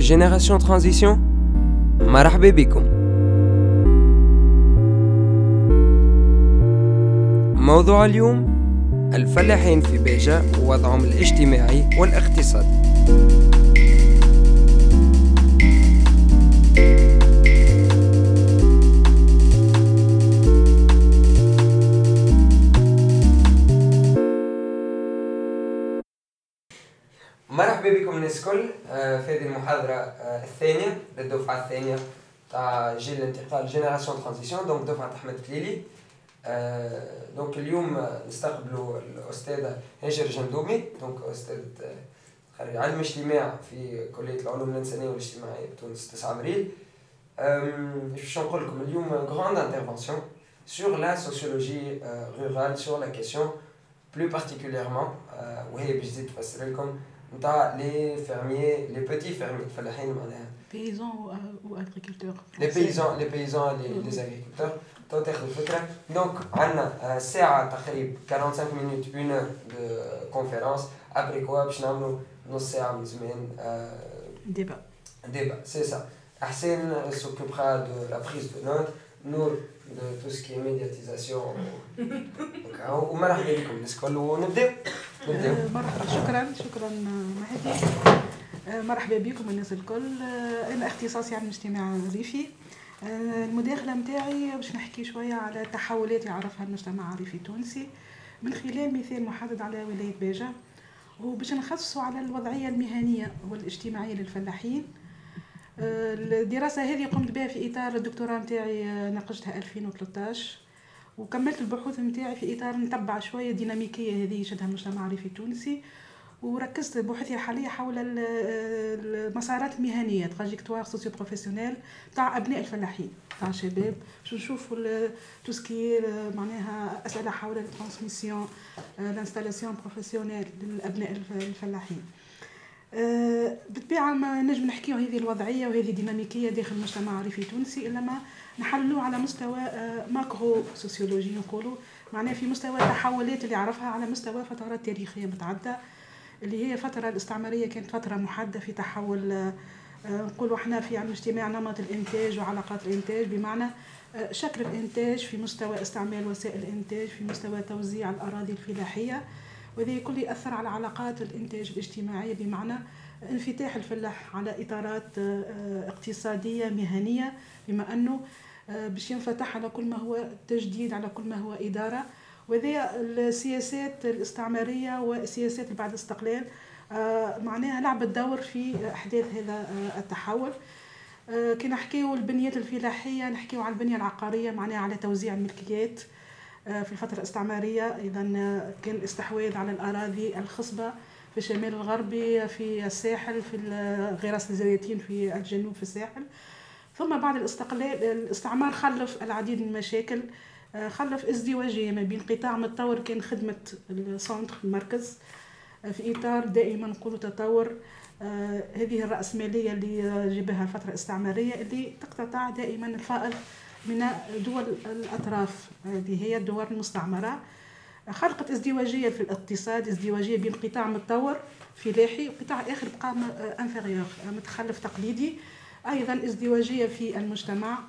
جينيراسيون ترانزيسيون، مرحبا بكم. موضوع اليوم: الفلاحين في بيجا ووضعهم الاجتماعي والاقتصادي. مرحبا بكم الناس الكل في هذه المحاضرة الثانية للدفعة الثانية تاع جيل الانتقال جينيراسيون ترانزيسيون، دونك دفعة أحمد كليلي. دونك اليوم نستقبلوا الأستاذة هاجر جندومي، دونك أستاذ خريج علم اجتماع في كلية العلوم الإنسانية والاجتماعية بتونس 9 أبريل. باش نقول لكم اليوم grande intervention sur la sociologie rurale, sur la question plus particulièrement وهي باش تزيد تفسر لكم نتاع لي فيرميي لي بيتي فيرميي الفلاحين معناها paysans ou agriculteurs. لي بيزون لي زاغريكولتور. تو تاخذ الفكره. دونك عندنا ساعه تقريبا 45 مينوت 1 heure دو كونفيرونس. ابري كوا باش نعملوا نص ساعه من زمان débat, c'est ça. Hassan s'occupera de la prise de notes, Nour de tout ce qui est médiatisation. ومرحبا بكم الناس الكل ونبداو. مرحبا، شكرا مهدي. مرحبا بكم الناس الكل. انا اختصاصي علم الاجتماع الريفي. المداخله نتاعي باش نحكي شويه على تحولات يعرفها المجتمع الريفي التونسي من خلال مثال محدد على ولايه بيجا، وباش نخصصوا على الوضعيه المهنيه والاجتماعيه للفلاحين. الدراسه هذه قمت بها في اطار الدكتوراه نتاعي، ناقشتها 2013، وكملت البحوث نتاعي في اطار نتبع شويه الديناميكيه هذه يشهدها المجتمع الريفي التونسي، وركزت بحوثي الحاليه حول المسارات المهنيه تراجيكتوار سوسيو بروفيسيونيل تاع ابناء الفلاحين تاع الشباب، باش نشوفوا توسكي معناها اسئله حول الترانسميسيون الانستالاسيون بروفيسيونيل للابناء الفلاحين. بالطبيعه ما نجم نحكيو هذه الوضعيه وهذه الديناميكيه داخل المجتمع الريفي التونسي الا ما نحلوا على مستوى ماكرو سوسيولوجي، نقولوا معناها في مستوى التحولات اللي عرفها على مستوى فترات تاريخيه متعدده، اللي هي فتره الاستعماريه كانت فتره محدده في تحول، نقولوا احنا في علم الاجتماع نمط الانتاج وعلاقات الانتاج، بمعنى شكل الانتاج في مستوى استعمال وسائل الانتاج، في مستوى توزيع الاراضي الفلاحيه، وهذا كله يأثر على علاقات الإنتاج الاجتماعية، بمعنى انفتاح الفلاح على إطارات اقتصادية مهنية، بما أنه باش ينفتح على كل ما هو تجديد، على كل ما هو إدارة. وهذه السياسات الاستعمارية وسياسات بعد الاستقلال معناها لعبت دور في أحداث هذا التحول. كنا نحكيو البنيات الفلاحية، نحكيو على البنية العقارية، معناها على توزيع الملكيات. في الفترة الاستعمارية إذا كان الاستحواذ على الأراضي الخصبة في الشمال الغربي، في الساحل، في غراس الزيتين في الجنوب في الساحل. ثم بعد الاستقلال الاستعمار خلف العديد من المشاكل، خلف ازدواجية ما بين قطاع متطور كان خدمة السنتر المركز في إطار دائما نقول تطور هذه الرأسمالية اللي جابها الفترة الاستعمارية، اللي تقتطع دائما الفائض من دول الأطراف، هذه هي الدول المستعمرة. خلقت ازدواجية في الاقتصاد، ازدواجية بين قطاع متطور فلاحي وقطاع آخر بقى انفيريور متخلف تقليدي. أيضا ازدواجية في المجتمع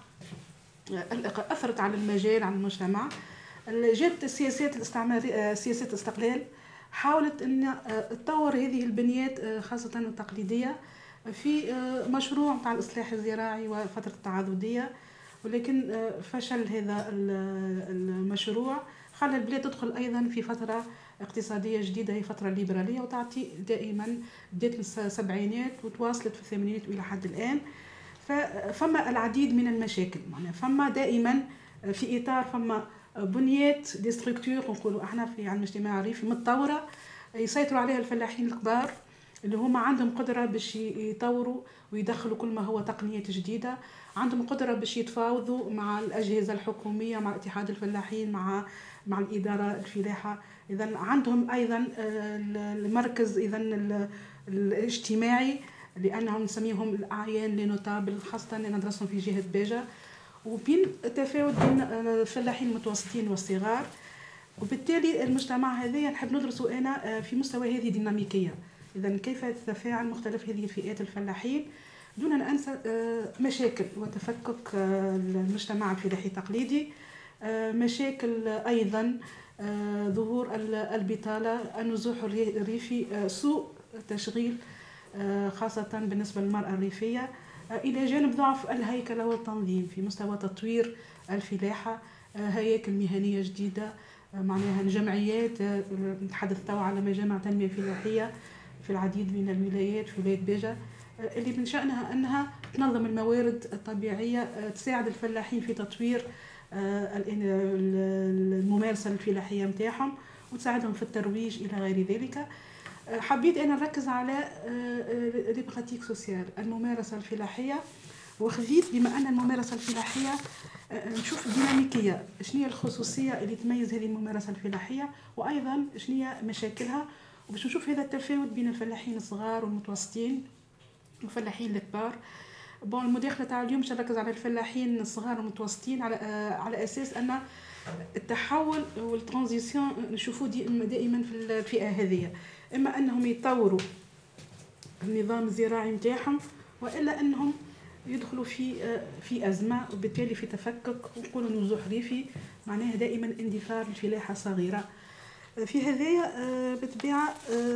أثرت على المجال، على المجتمع. جاءت السياسات الاستعمارية، سياسات الاستقلال، حاولت أن تطور هذه البنيات خاصة التقليدية في مشروع تاع الإصلاح الزراعي وفترة التعاضدية، ولكن فشل هذا المشروع خلى البلاد تدخل أيضا في فترة اقتصادية جديدة، هي فترة ليبرالية، وتعطي دائما بداية من السبعينات وتواصلت في الثمانينات وإلى حد الآن. فما العديد من المشاكل، معناها فما دائما في إطار فما بنيات دي ستركتور نقولوا احنا في علم الاجتماع الريفي متطورة يسيطروا عليها الفلاحين الكبار اللي هم عندهم قدرة باش يطوروا ويدخلوا كل ما هو تقنيات جديدة، عندهم قدرة باش يتفاوضوا مع الأجهزة الحكومية، مع اتحاد الفلاحين، مع الإدارة الفلاحة. إذن عندهم أيضا المركز إذن الاجتماعي، لأنهم نسميهم الأعيان لنوتابل، خاصة أن ندرسهم في جهة بيجا، وبين التفاوت بين الفلاحين المتوسطين والصغار. وبالتالي المجتمع هذا نحب ندرسه أنا في مستوى هذه الديناميكية. إذن كيف تتفاعل مختلف هذه الفئات الفلاحين دون أن أنسى مشاكل وتفكك المجتمع الفلاحي التقليدي، مشاكل أيضا ظهور البطالة، النزوح الريفي، سوء تشغيل خاصة بالنسبة للمرأة الريفية، إلى جانب ضعف الهيكلة والتنظيم في مستوى تطوير الفلاحة، هياكل مهنية جديدة، معناها جمعيات. نتحدث توا على مجامع تنمية فلاحية في العديد من الولايات، في ولاية بيجا، اللي من شأنها أنها تنظم الموارد الطبيعية، تساعد الفلاحين في تطوير الممارسة الفلاحية متاعهم، وتساعدهم في الترويج إلى غير ذلك. حبيت أنا نركز على لي براتيك سوسيال، الممارسة الفلاحية، وخذيت بما أن الممارسة الفلاحية نشوف الديناميكية، شنو هي الخصوصية اللي تميز هذه الممارسة الفلاحية، وأيضا شنو هي مشاكلها، وباش نشوف هذا التفاوت بين الفلاحين الصغار والمتوسطين والفلاحين الكبار. المداخلة تاع اليوم باش نركز على الفلاحين الصغار والمتوسطين، على أساس أن التحول والترانزيسيون نشوفوه دائما في الفئة هذه، إما أنهم يطوروا النظام الزراعي متاعهم، وإلا أنهم يدخلوا في أزمة، وبالتالي في تفكك، ونقولوا نزوح ريفي، معناها دائما اندثار الفلاحة صغيرة. في هذايا بالطبيعة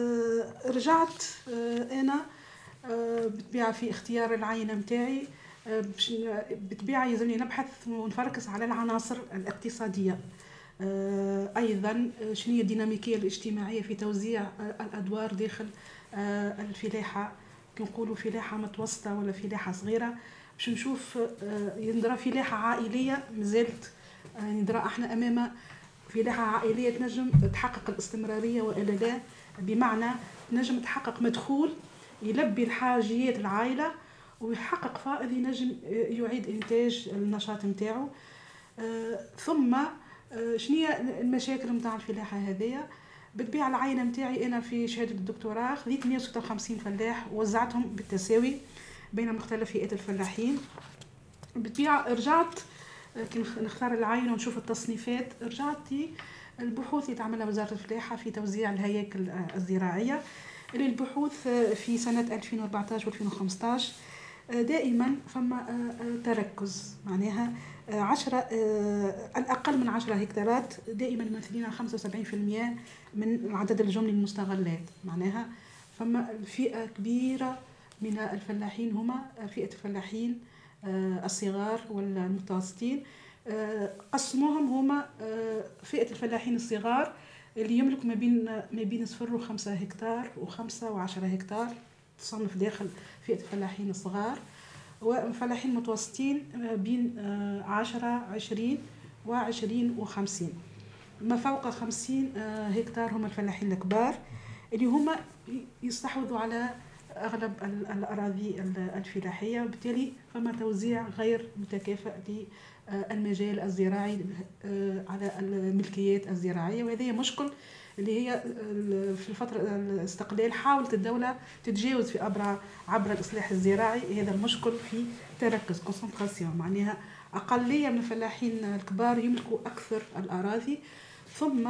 رجعت أنا بالطبيعة في اختيار العينة متاعي، بالطبيعة يلزمني نبحث ونفركز على العناصر الاقتصادية، أيضا شنو هي الديناميكية الاجتماعية في توزيع الأدوار داخل الفلاحة، كنقولوا فلاحة متوسطة ولا فلاحة صغيرة، باش نشوف يندرى فلاحة عائلية مازالت، يندرى احنا أمام فلاحة عائلية تنجم تحقق الاستمرارية وإلا لا، بمعنى تنجم تحقق مدخول يلبي الحاجيات العائلة، ويحقق فائض ينجم يعيد إنتاج النشاط متاعه. ثم شنية المشاكل متاع الفلاحة هذية؟ بالطبيعة العينة متاعي أنا في شهادة الدكتوراه خذيت 156 فلاح ووزعتهم بالتساوي بين مختلف فئات الفلاحين. بالطبيعة رجعت كي نختار العينة ونشوف التصنيفات، رجعت البحوث اللي تعملها وزارة الفلاحة في توزيع الهياكل الزراعية، اللي البحوث في سنة 2014 و2015 دائما فما تركز، معناها 10 الأقل من 10 هكتارات دائما يمثلين 75% من عدد الجمل المستغلات، معناها فما فئة كبيرة من الفلاحين هما فئة الفلاحين الصغار والمتوسطين. قسموهم هما فئة الفلاحين الصغار اللي يملك ما بين 0 و5 هكتار و5 و10 هكتار، تصنف داخل فئة الفلاحين الصغار، وفلاحين المتوسطين بين 10 20 و20 و50. ما فوق 50 هكتار هم الفلاحين الكبار اللي هما يستحوذوا على أغلب الأراضي الفلاحية، وبالتالي فما توزيع غير متكافئ للمجال الزراعي على الملكيات الزراعية، وهذه مشكل اللي هي في الفترة الاستقلال حاولت الدولة تتجاوز في عبر الإصلاح الزراعي هذا المشكل في تركز كونسنتراسيون، معناها أقلية من الفلاحين الكبار يملكوا أكثر الأراضي، ثم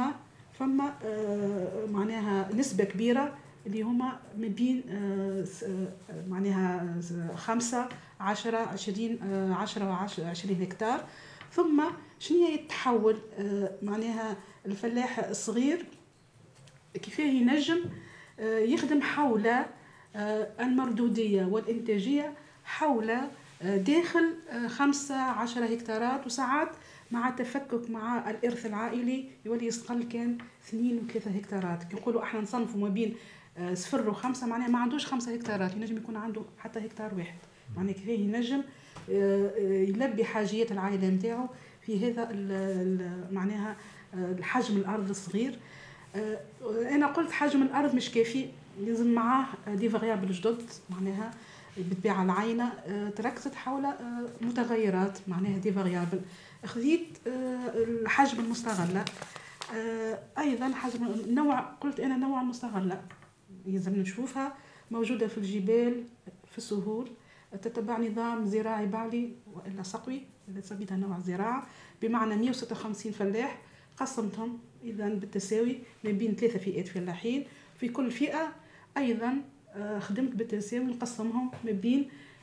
معناها نسبة كبيرة اللي هما ما بين معناها 5 10 20 10 و20 هكتار. ثم شنو يتحول معناها الفلاح الصغير كيفاه ينجم يخدم حول المردودية والإنتاجية حول داخل 5 10 هكتارات، وساعات مع تفكك مع الإرث العائلي يولي يستقل كان 2 و3 هكتارات. كنقولوا احنا نصنفوا ما بين 0 و5، معناها ما عندوش 5 هكتارات، ينجم يكون عنده حتى هكتار واحد، معناها كيفاه ينجم يلبي حاجيات العائلة نتاعو في هذا معناها الحجم الأرض الصغير. أنا قلت حجم الأرض مش كافي، لازم معاه دي فاريابل جدد، معناها بالطبيعة العينة تركزت حول متغيرات، معناها دي فاريابل. خذيت الحجم المستغلة، أيضا حجم نوع، قلت أنا نوع المستغلة لازم نشوفها موجودة في الجبال في السهول، تتبع نظام زراعي بعلي وإلا سقوي إذا سميتها نوع زراعة، بمعنى 156 فلاح قسمتهم إذا بالتساوي ما بين 3 فئات فلاحين، في كل فئة أيضا خدمت بالتساوي نقسمهم ما بين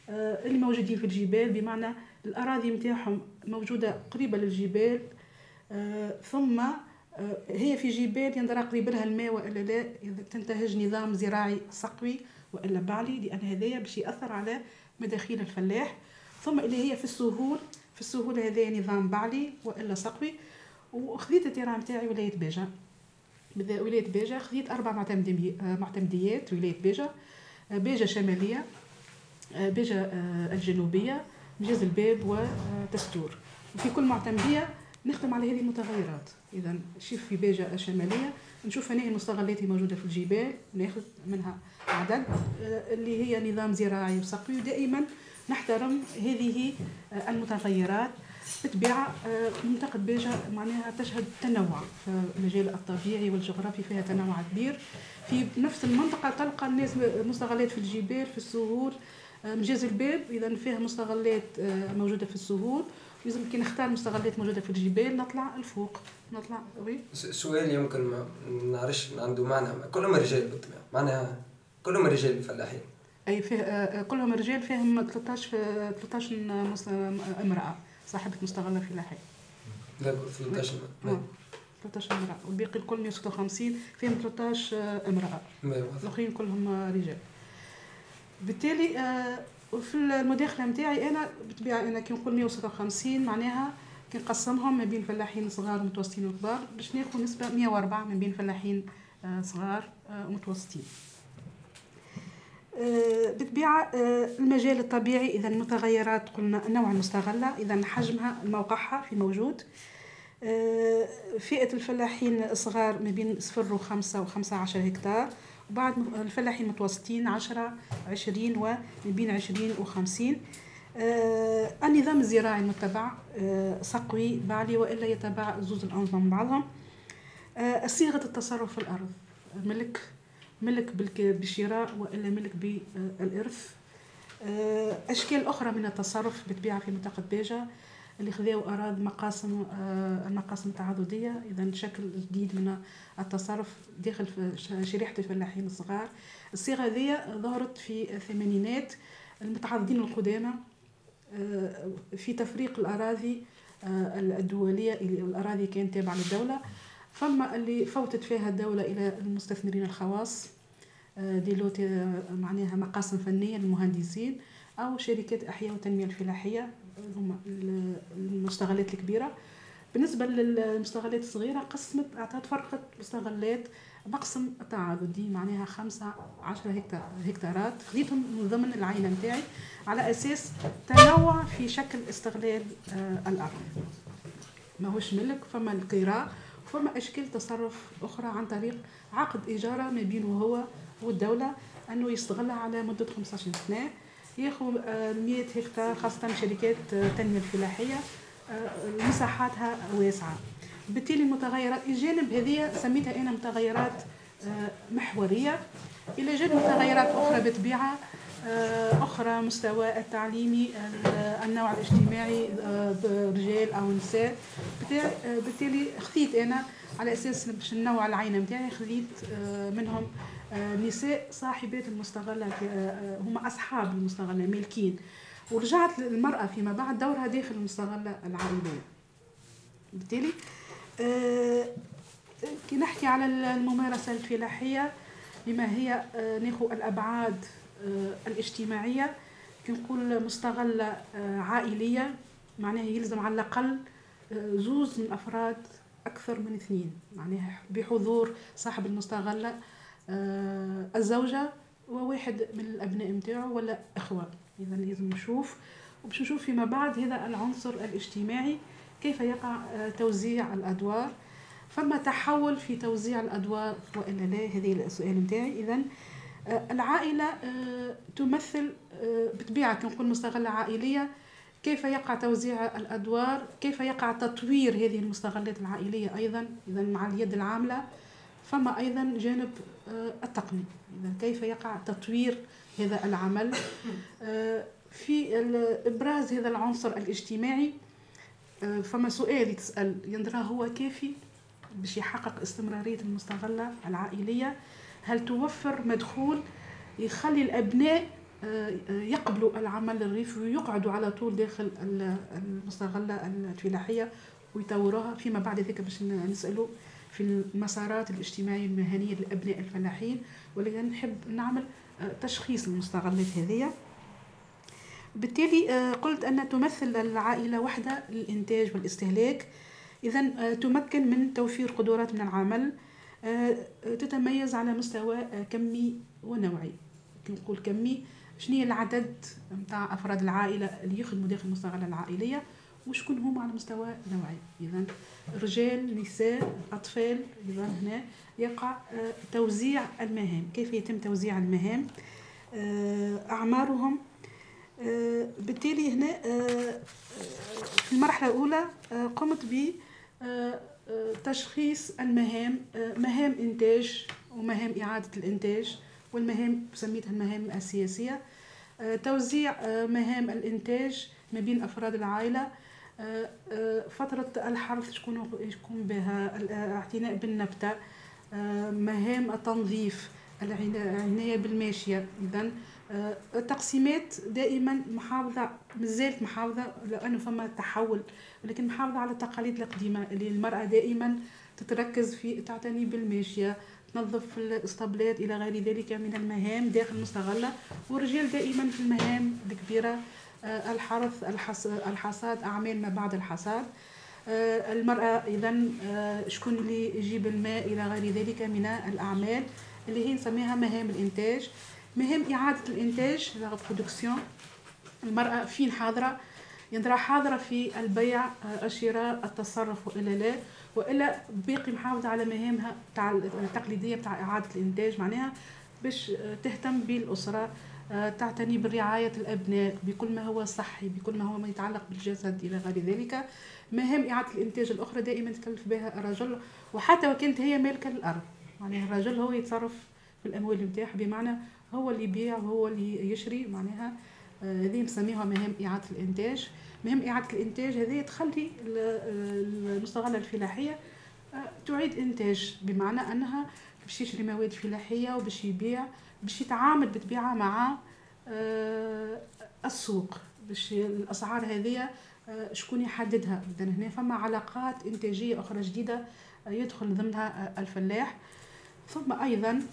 اللي موجودين في الجبال، بمعنى الأراضي متاعهم موجودة قريبة للجبال، ثم هي في جبال يندرى قريب لها الماء والا لا، تنتهج نظام زراعي سقوي والا بعلي، لان هذايا باش ياثر على مداخيل الفلاح. ثم اللي هي في السهول هذايا نظام بعلي والا سقوي. وخذيت التيران نتاعي ولايه باجه، خذيت 4 معتمديات ولايه باجه شماليه، باجه الجنوبيه، مجاز الباب وتستور. وفي كل معتمديه نخدم على هذه المتغيرات. اذا شوف في باجه الشماليه نشوف هنا المستغلات الموجوده في الجبال، ناخذ منها عدد اللي هي نظام زراعي وسقوي، ودائما نحترم هذه المتغيرات. بالطبيعه منطقه باجه معناها تشهد تنوع في المجال الطبيعي والجغرافي، فيها تنوع كبير. في نفس المنطقه تلقى الناس مستغلات في الجبال، في السهول، مجاز الباب اذا فيها مستغلات موجوده في السهول، لازم كي نختار مستغلات موجوده في الجبال نطلع الفوق، نطلع وي. سؤال يمكن ما نعرفش عنده معنى، كلهم رجال بالطبيعه، معناها كلهم رجال الفلاحين؟ اي فيه كلهم رجال، فيهم 13 امراه صاحبه مستغله فلاحيه. لا 13 13 امراه، والباقي الكل 156 فيهم 13 امراه، الاخرين كلهم رجال. بالتالي في المداخله نتاعي انا بالطبيعه انا كي نقول 156 معناها كي نقسمهم ما بين فلاحين صغار ومتوسطين وكبار باش ناخذ نسبه 104 من بين فلاحين صغار ومتوسطين. بالطبيعه المجال الطبيعي اذا المتغيرات قلنا نوع المستغله، اذا حجمها موقعها في موجود. فئه الفلاحين الصغار ما بين 0 و5 و15 هكتار، وبعد الفلاحين المتوسطين 10 20 ومن بين 20 و50. النظام الزراعي المتبع سقوي بعلي والا يتبع زوز الانظمه من بعضهم. صيغه التصرف في الارض، ملك بالشراء والا ملك بالارث. اشكال اخرى من التصرف بالطبيعه في منطقه باجه اللي خذاو اراضي المقاسم التعاضديه، اذا شكل جديد من التصرف داخل شريحه الفلاحين الصغار. الصيغه هذه ظهرت في الثمانينات المتعاضدين القدامى في تفريق الاراضي الدوليه، الاراضي كانت تابعه للدوله، فما اللي فوتت فيها الدوله الى المستثمرين الخواص ديلوت معناها مقاسم فنيه للمهندسين او شركات احياء والتنميه الفلاحيه، هما المستغلات الكبيره. بالنسبه للمستغلات الصغيره اعطت فرقه مستغلات مقسم تعاضدي معناها 15 هكتارات، خذيتهم من ضمن العينه نتاعي على اساس تنوع في شكل استغلال الارض. ماهوش ملك، فما القراء وفما اشكال تصرف اخرى عن طريق عقد اجاره ما بينه هو والدوله، انه يستغلها على مده 15 سنه، ياخذ 100 هكتار، خاصه شركات التنميه الفلاحيه مساحاتها واسعه. بالتالي المتغيرات الجانب هذه سميتها انا متغيرات محوريه، الى جانب متغيرات اخرى بطبيعه اخرى، مستوى التعليمي، النوع الاجتماعي، رجال او نساء. بالتالي خذيت انا على اساس باش ننوع العينه نتاعي، خذيت منهم نساء صاحبات المستغله، هما اصحاب المستغله مالكين، ورجعت المراه فيما بعد دورها داخل المستغله العائليه. بالتالي كي نحكي على الممارسه الفلاحيه بما هي ناخذ الابعاد الاجتماعيه، كي نقول مستغله عائليه معناها يلزم على الاقل زوز من افراد اكثر من 2، معناها بحضور صاحب المستغله الزوجه وواحد من الابناء نتاعو ولا اخوه. اذا لازم نشوف، وباش نشوف فيما بعد هذا العنصر الاجتماعي كيف يقع توزيع الادوار. فما تحول في توزيع الادوار والا لا؟ هذه السؤال نتاعي. اذا العائله تمثل بطبيعه كي نقول مستغله عائليه، كيف يقع توزيع الادوار، كيف يقع تطوير هذه المستغلات العائليه ايضا. اذا مع اليد العامله فما ايضا جانب التقني، اذا كيف يقع تطوير هذا العمل. في ابراز هذا العنصر الاجتماعي فما سؤال يتسال يندرى هو كافي باش يحقق استمراريه المستغله العائليه؟ هل توفر مدخول يخلي الابناء يقبلوا العمل الريفي ويقعدوا على طول داخل المستغلة الفلاحية ويطوروها. فيما بعد ذلك باش نسألوا في المسارات الاجتماعية المهنية للأبناء الفلاحين، ولكن نحب نعمل تشخيص المستغلات هذه. بالتالي قلت أن تمثل العائلة وحدة الإنتاج والاستهلاك، إذن تمكن من توفير قدرات من العمل، تتميز على مستوى كمي ونوعي. نقول كمي، شنو العدد متاع أفراد العائلة اللي يخدموا داخل المستغلة العائلية، وشكون هم على مستوى نوعي. إذن رجال، نساء، أطفال. إذن هنا يقع توزيع المهام. كيف يتم توزيع المهام؟ أعمارهم. بالتالي هنا في المرحلة الأولى قمت بتشخيص المهام، مهام إنتاج ومهام إعادة الإنتاج، والمهام سميتها المهام السياسية. توزيع مهام الإنتاج ما بين أفراد العائلة. فترة الحرث شكون يقوم بها، الاعتناء بالنبتة، مهام التنظيف، العناية بالماشية. إذن التقسيمات دائما محافظة، مازالت محافظة لأنه فما تحول، ولكن محافظة على التقاليد القديمة اللي المرأة دائما تتركز في تعتني بالماشية، تنظف الاسطبلات إلى غير ذلك من المهام داخل المستغلة، والرجال دائما في المهام الكبيرة، الحرث، الحصاد، أعمال ما بعد الحصاد. المرأة إذن شكون اللي يجيب الماء إلى غير ذلك من الأعمال اللي هي نسميها مهام الإنتاج. مهام إعادة الإنتاج، لا برودكسيون، المرأة فين حاضرة؟ يندرى حاضرة في البيع، الشراء، التصرف وإلا لا، وإلا باقي محافظة على مهامها التقليدية بتاع إعادة الإنتاج، معناها باش تهتم بالأسرة، تعتني برعاية الأبناء بكل ما هو صحي، بكل ما هو ما يتعلق بالجسد إلى غير ذلك. مهام إعادة الإنتاج الأخرى دائما تكلف بها الرجل، وحتى وكانت هي مالكة للأرض، معناها الرجل هو يتصرف في الأموال متاعه، بمعنى هو اللي يبيع وهو اللي يشري. معناها هذه نسميها مهام إعادة الإنتاج. مهام إعادة الإنتاج هذه تخلي المستغلة الفلاحية تعيد إنتاج، بمعنى أنها باش يشري مواد فلاحية وباش يبيع، باش يتعامل بالطبيعة مع السوق، باش الأسعار هذه شكون يحددها. إذن هنا فما علاقات إنتاجية أخرى جديدة يدخل ضمنها الفلاح. ثم أيضا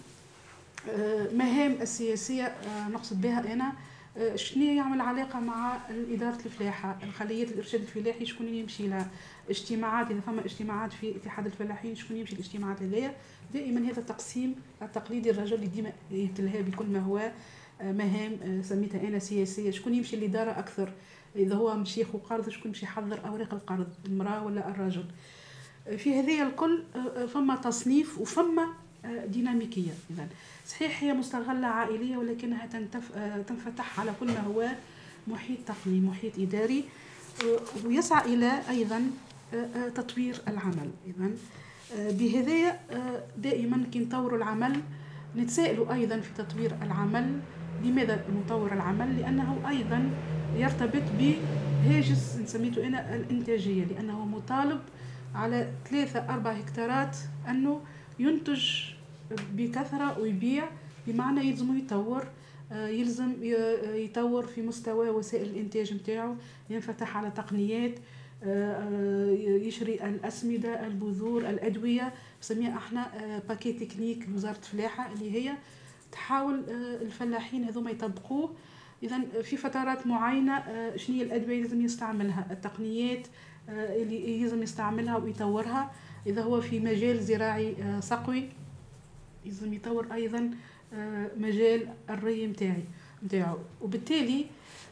مهام السياسية، نقصد بها أنا شنو يعمل علاقة مع إدارة الفلاحة، الخلية الإرشاد الفلاحي شكون يمشي لها، اجتماعات إذا فما اجتماعات في اتحاد الفلاحين شكون يمشي الاجتماعات هذيا. دائما هذا التقسيم التقليدي الرجل اللي ديما يهتلها بكل ما هو مهام سميتها أنا سياسية، شكون يمشي الإدارة أكثر، إذا هو مشيخ وقرض شكون يمشي يحضر أوراق القرض، المرأة ولا الرجل. في هذه الكل فما تصنيف وفما ديناميكية. إذن صحيح هي مستغلة عائلية، ولكنها تنفتح على كل ما هو محيط تقني، محيط إداري، ويسعى إلى أيضا تطوير العمل. إذن بهذا دائما كي نطور العمل نتسائلوا أيضا في تطوير العمل. لماذا نطور العمل؟ لأنه أيضا يرتبط بهاجس نسميته أنا الإنتاجية، لأنه مطالب على 3-4 هكتارات أنه ينتج بكثرة ويبيع، بمعنى يلزم يطور، يلزم يطور في مستوى وسائل الإنتاج متاعه، ينفتح على تقنيات، يشري الأسمدة، البذور، الأدوية، نسميها احنا باكي تكنيك وزارة الفلاحة، اللي هي تحاول الفلاحين هذوما يطبقوه. إذن في فترات معينة شنو الأدوية لازم يستعملها، التقنيات اللي لازم يستعملها ويطورها. إذا هو في مجال زراعي سقوي لازم يطور أيضا مجال الري متاعه، وبالتالي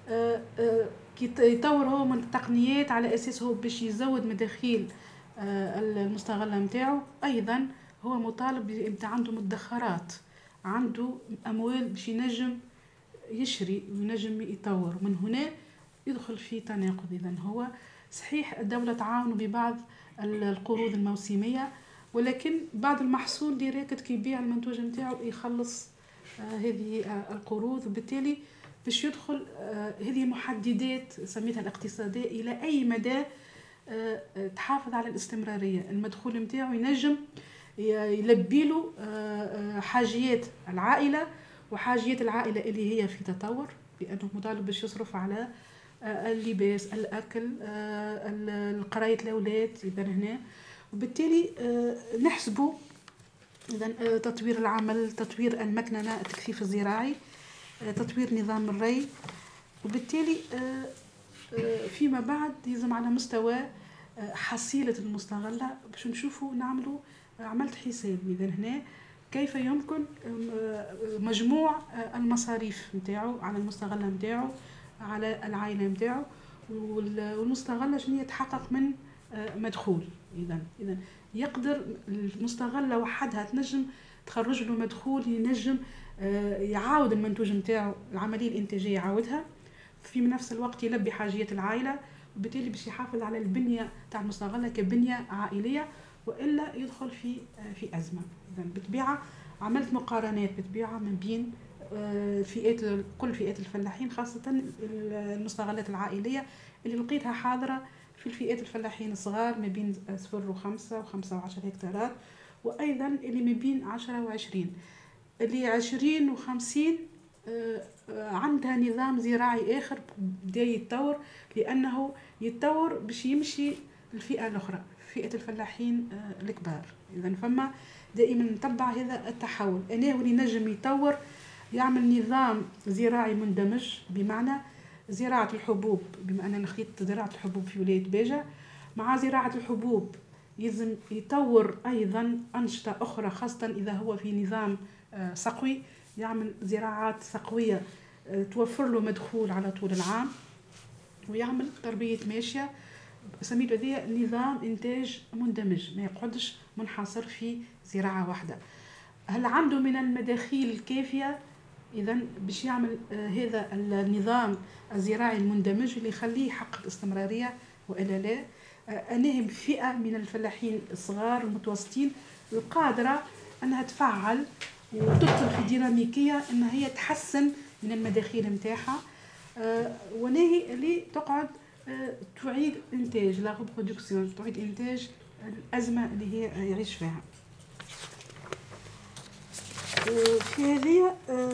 كي يطور هو من التقنيات على أساس هو باش يزود مداخيل المستغلة متاعه. أيضا هو مطالب بأن عنده مدخرات، عنده أموال باش ينجم يشري وينجم يطور، من هنا يدخل في تناقض. إذن هو صحيح الدولة تعاون ببعض القروض الموسمية، ولكن بعد المحصول ديريكت كي يبيع المنتوج نتاعو يخلص هذه القروض، وبالتالي باش يدخل هذه محددات سميتها الاقتصادية إلى أي مدى تحافظ على الاستمرارية. المدخول نتاعو ينجم يلبي له حاجيات العائلة وحاجيات العائلة اللي هي في تطور، لأنه مطالب باش يصرف على اللباس، الأكل، القراية الأولاد إذا هنا. وبالتالي نحسبوا إذا تطوير العمل، تطوير المكننة، التكثيف الزراعي، تطوير نظام الري. وبالتالي فيما بعد يلزم على مستوى حصيلة المستغلة باش نشوفوا نعملوا عملت حساب إذا هنا كيف يمكن مجموع المصاريف نتاعو على المستغلة نتاعو، على العائلة نتاعو، والمستغلة شنو يتحقق من مدخول. إذا يقدر المستغلة وحدها تنجم تخرج له مدخول ينجم يعاود المنتوج نتاعو، العملية الإنتاجية يعاودها في نفس الوقت يلبي حاجية العائلة، وبالتالي باش يحافظ على البنية تاع المستغلة كبنية عائلية، وإلا يدخل في أزمة. إذا بالطبيعة عملت مقارنات بالطبيعة من بين فئات، كل فئات الفلاحين، خاصة المستغلات العائلية اللي لقيتها حاضرة في الفئات الفلاحين الصغار ما بين 0 و5 و5 و10 هكتارات، وأيضا اللي ما بين 10 و20. اللي 20 و50 عندها نظام زراعي آخر بدا يتطور، لأنه يتطور باش يمشي الفئة الأخرى، فئة الفلاحين الكبار. إذا فما دائما نتبع هذا التحول، أنا واللي نجم يطور يعمل نظام زراعي مندمج، بمعنى زراعة الحبوب، بما أننا خليت زراعة الحبوب في ولاية باجة، مع زراعة الحبوب يلزم يطور أيضا أنشطة أخرى، خاصة إذا هو في نظام سقوي، يعمل زراعات سقوية توفر له مدخول على طول العام، ويعمل تربية ماشية، سميته ذي نظام إنتاج مندمج، ما يقعدش منحصر في زراعة واحدة. هل عنده من المداخيل الكافية إذن باش يعمل هذا النظام الزراعي المندمج اللي يخليه يحقق استمرارية، وإلا لا؟ أنهم فئة من الفلاحين الصغار المتوسطين القادرة أنها تفعل وتدخل في ديناميكية أنها هي تحسن من المداخيل متاعها، ونهي اللي تقعد تعيد إنتاج لا ريبرودكسيون، تعيد إنتاج الأزمة اللي هي يعيش فيها. في هذه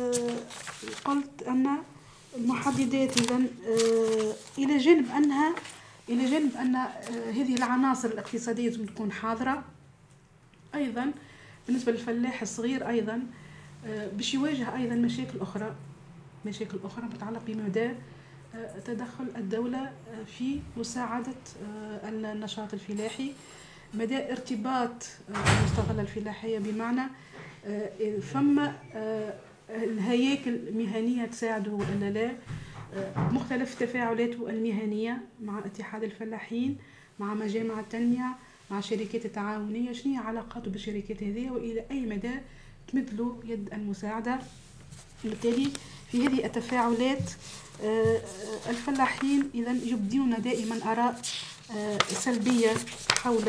قلت أن المحددات إذن إلى جانب أن هذه العناصر الاقتصادية تكون حاضرة، أيضا بالنسبة للفلاح الصغير أيضا باش يواجه أيضا مشاكل أخرى متعلقة بمدى تدخل الدولة في مساعدة النشاط الفلاحي، مدى ارتباط المستغلة الفلاحية، بمعنى فما الهياكل المهنية تساعده ولا لا، مختلف تفاعلاته المهنية مع اتحاد الفلاحين، مع مجامع التنمية، مع شركات التعاونية، شنو هي علاقاته بالشركات هذه وإلى أي مدى تمد له يد المساعدة. بالتالي في هذه التفاعلات الفلاحين إذا يبدون دائما آراء سلبية حول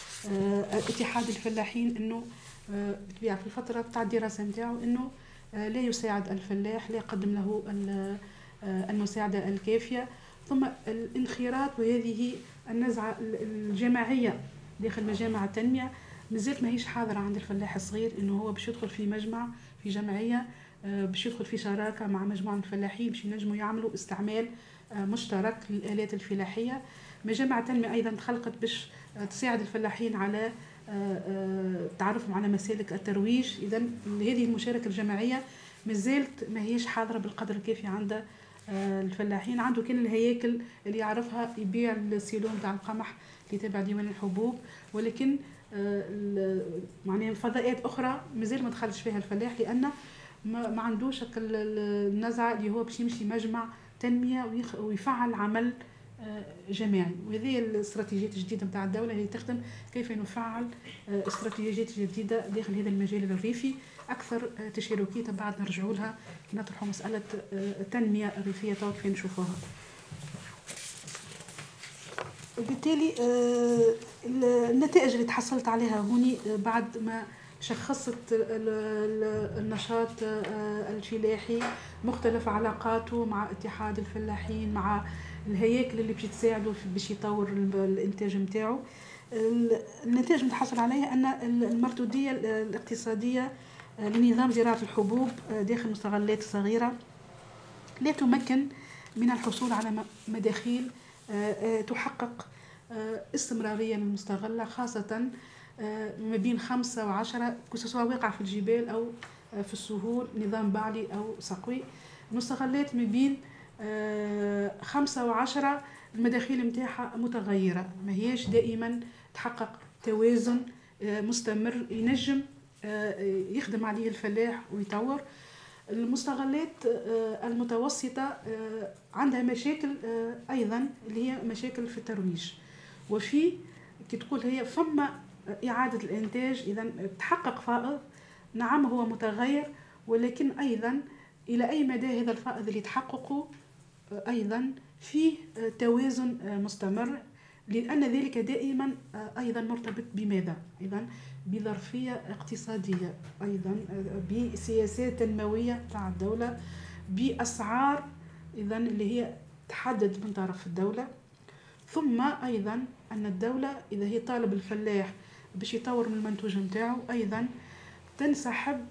اتحاد الفلاحين، انه بالطبيعة في الفترة بتاع الدراسة نتاعو انه لا يساعد الفلاح، لا يقدم له المساعدة الكافية. ثم الانخراط وهذه النزعة الجماعية داخل مجامع التنمية مازالت ما هيش حاضرة عند الفلاح الصغير، انه هو باش يدخل في مجمع، في جمعية، باش يدخل في شراكة مع مجموعة من الفلاحين باش ينجموا يعملوا استعمال مشترك للآلات الفلاحية. مجامع التنمية أيضا تخلقت باش تساعد الفلاحين على تعرفهم على مسالك الترويج. إذا هذه المشاركة الجماعية مازالت ما هيش حاضرة بالقدر الكافي عند الفلاحين. عنده كان الهياكل اللي يعرفها يبيع السيلو نتاع القمح اللي تابع ديوان الحبوب، ولكن معناها فضاءات أخرى مازال ما دخلش فيها الفلاح، لأن ما عندوش النزعة اللي هو باش يمشي مجمع تنمية ويفعل عمل جماعي. وهذه الاستراتيجيات الجديدة نتاع الدولة اللي تخدم كيف نفعل استراتيجيات جديدة داخل هذا المجال الريفي أكثر تشاركية. بعد نرجعوا لها نطرحوا مسألة التنمية الريفية تو كيف نشوفوها. وبالتالي النتائج اللي تحصلت عليها هوني بعد ما شخصت النشاط الفلاحي مختلف علاقاته مع اتحاد الفلاحين، مع الهياكل اللي باش تساعده باش يطور الانتاج نتاعو. النتائج اللي تحصل عليها ان المردوديه الاقتصاديه لنظام زراعة الحبوب داخل مستغلات صغيرة لا تمكن من الحصول على مداخيل تحقق استمرارية للمستغلة، خاصة ما بين 5 و10 سواء واقع في الجبال أو في السهول، نظام بعلي أو صقوي. مستغلات ما بين 5 و10 المداخيل متاعها متغيرة، ما هيش دائما تحقق توازن مستمر ينجم يخدم عليه الفلاح ويطور. المستغلات المتوسطة عندها مشاكل أيضا اللي هي مشاكل في الترويج، وفي كي تقول هي فما إعادة الإنتاج، إذا تحقق فائض نعم هو متغير، ولكن أيضا إلى أي مدى هذا الفائض اللي تحققه أيضا فيه توازن مستمر، لأن ذلك دائما أيضا مرتبط بماذا؟ أيضا بظرفية اقتصادية، أيضا بسياسات تنموية تاع الدولة، بأسعار إذا اللي هي تحدد من طرف الدولة. ثم أيضا أن الدولة إذا هي طالب الفلاح باش يطور من المنتوج متاعه أيضا تنسحب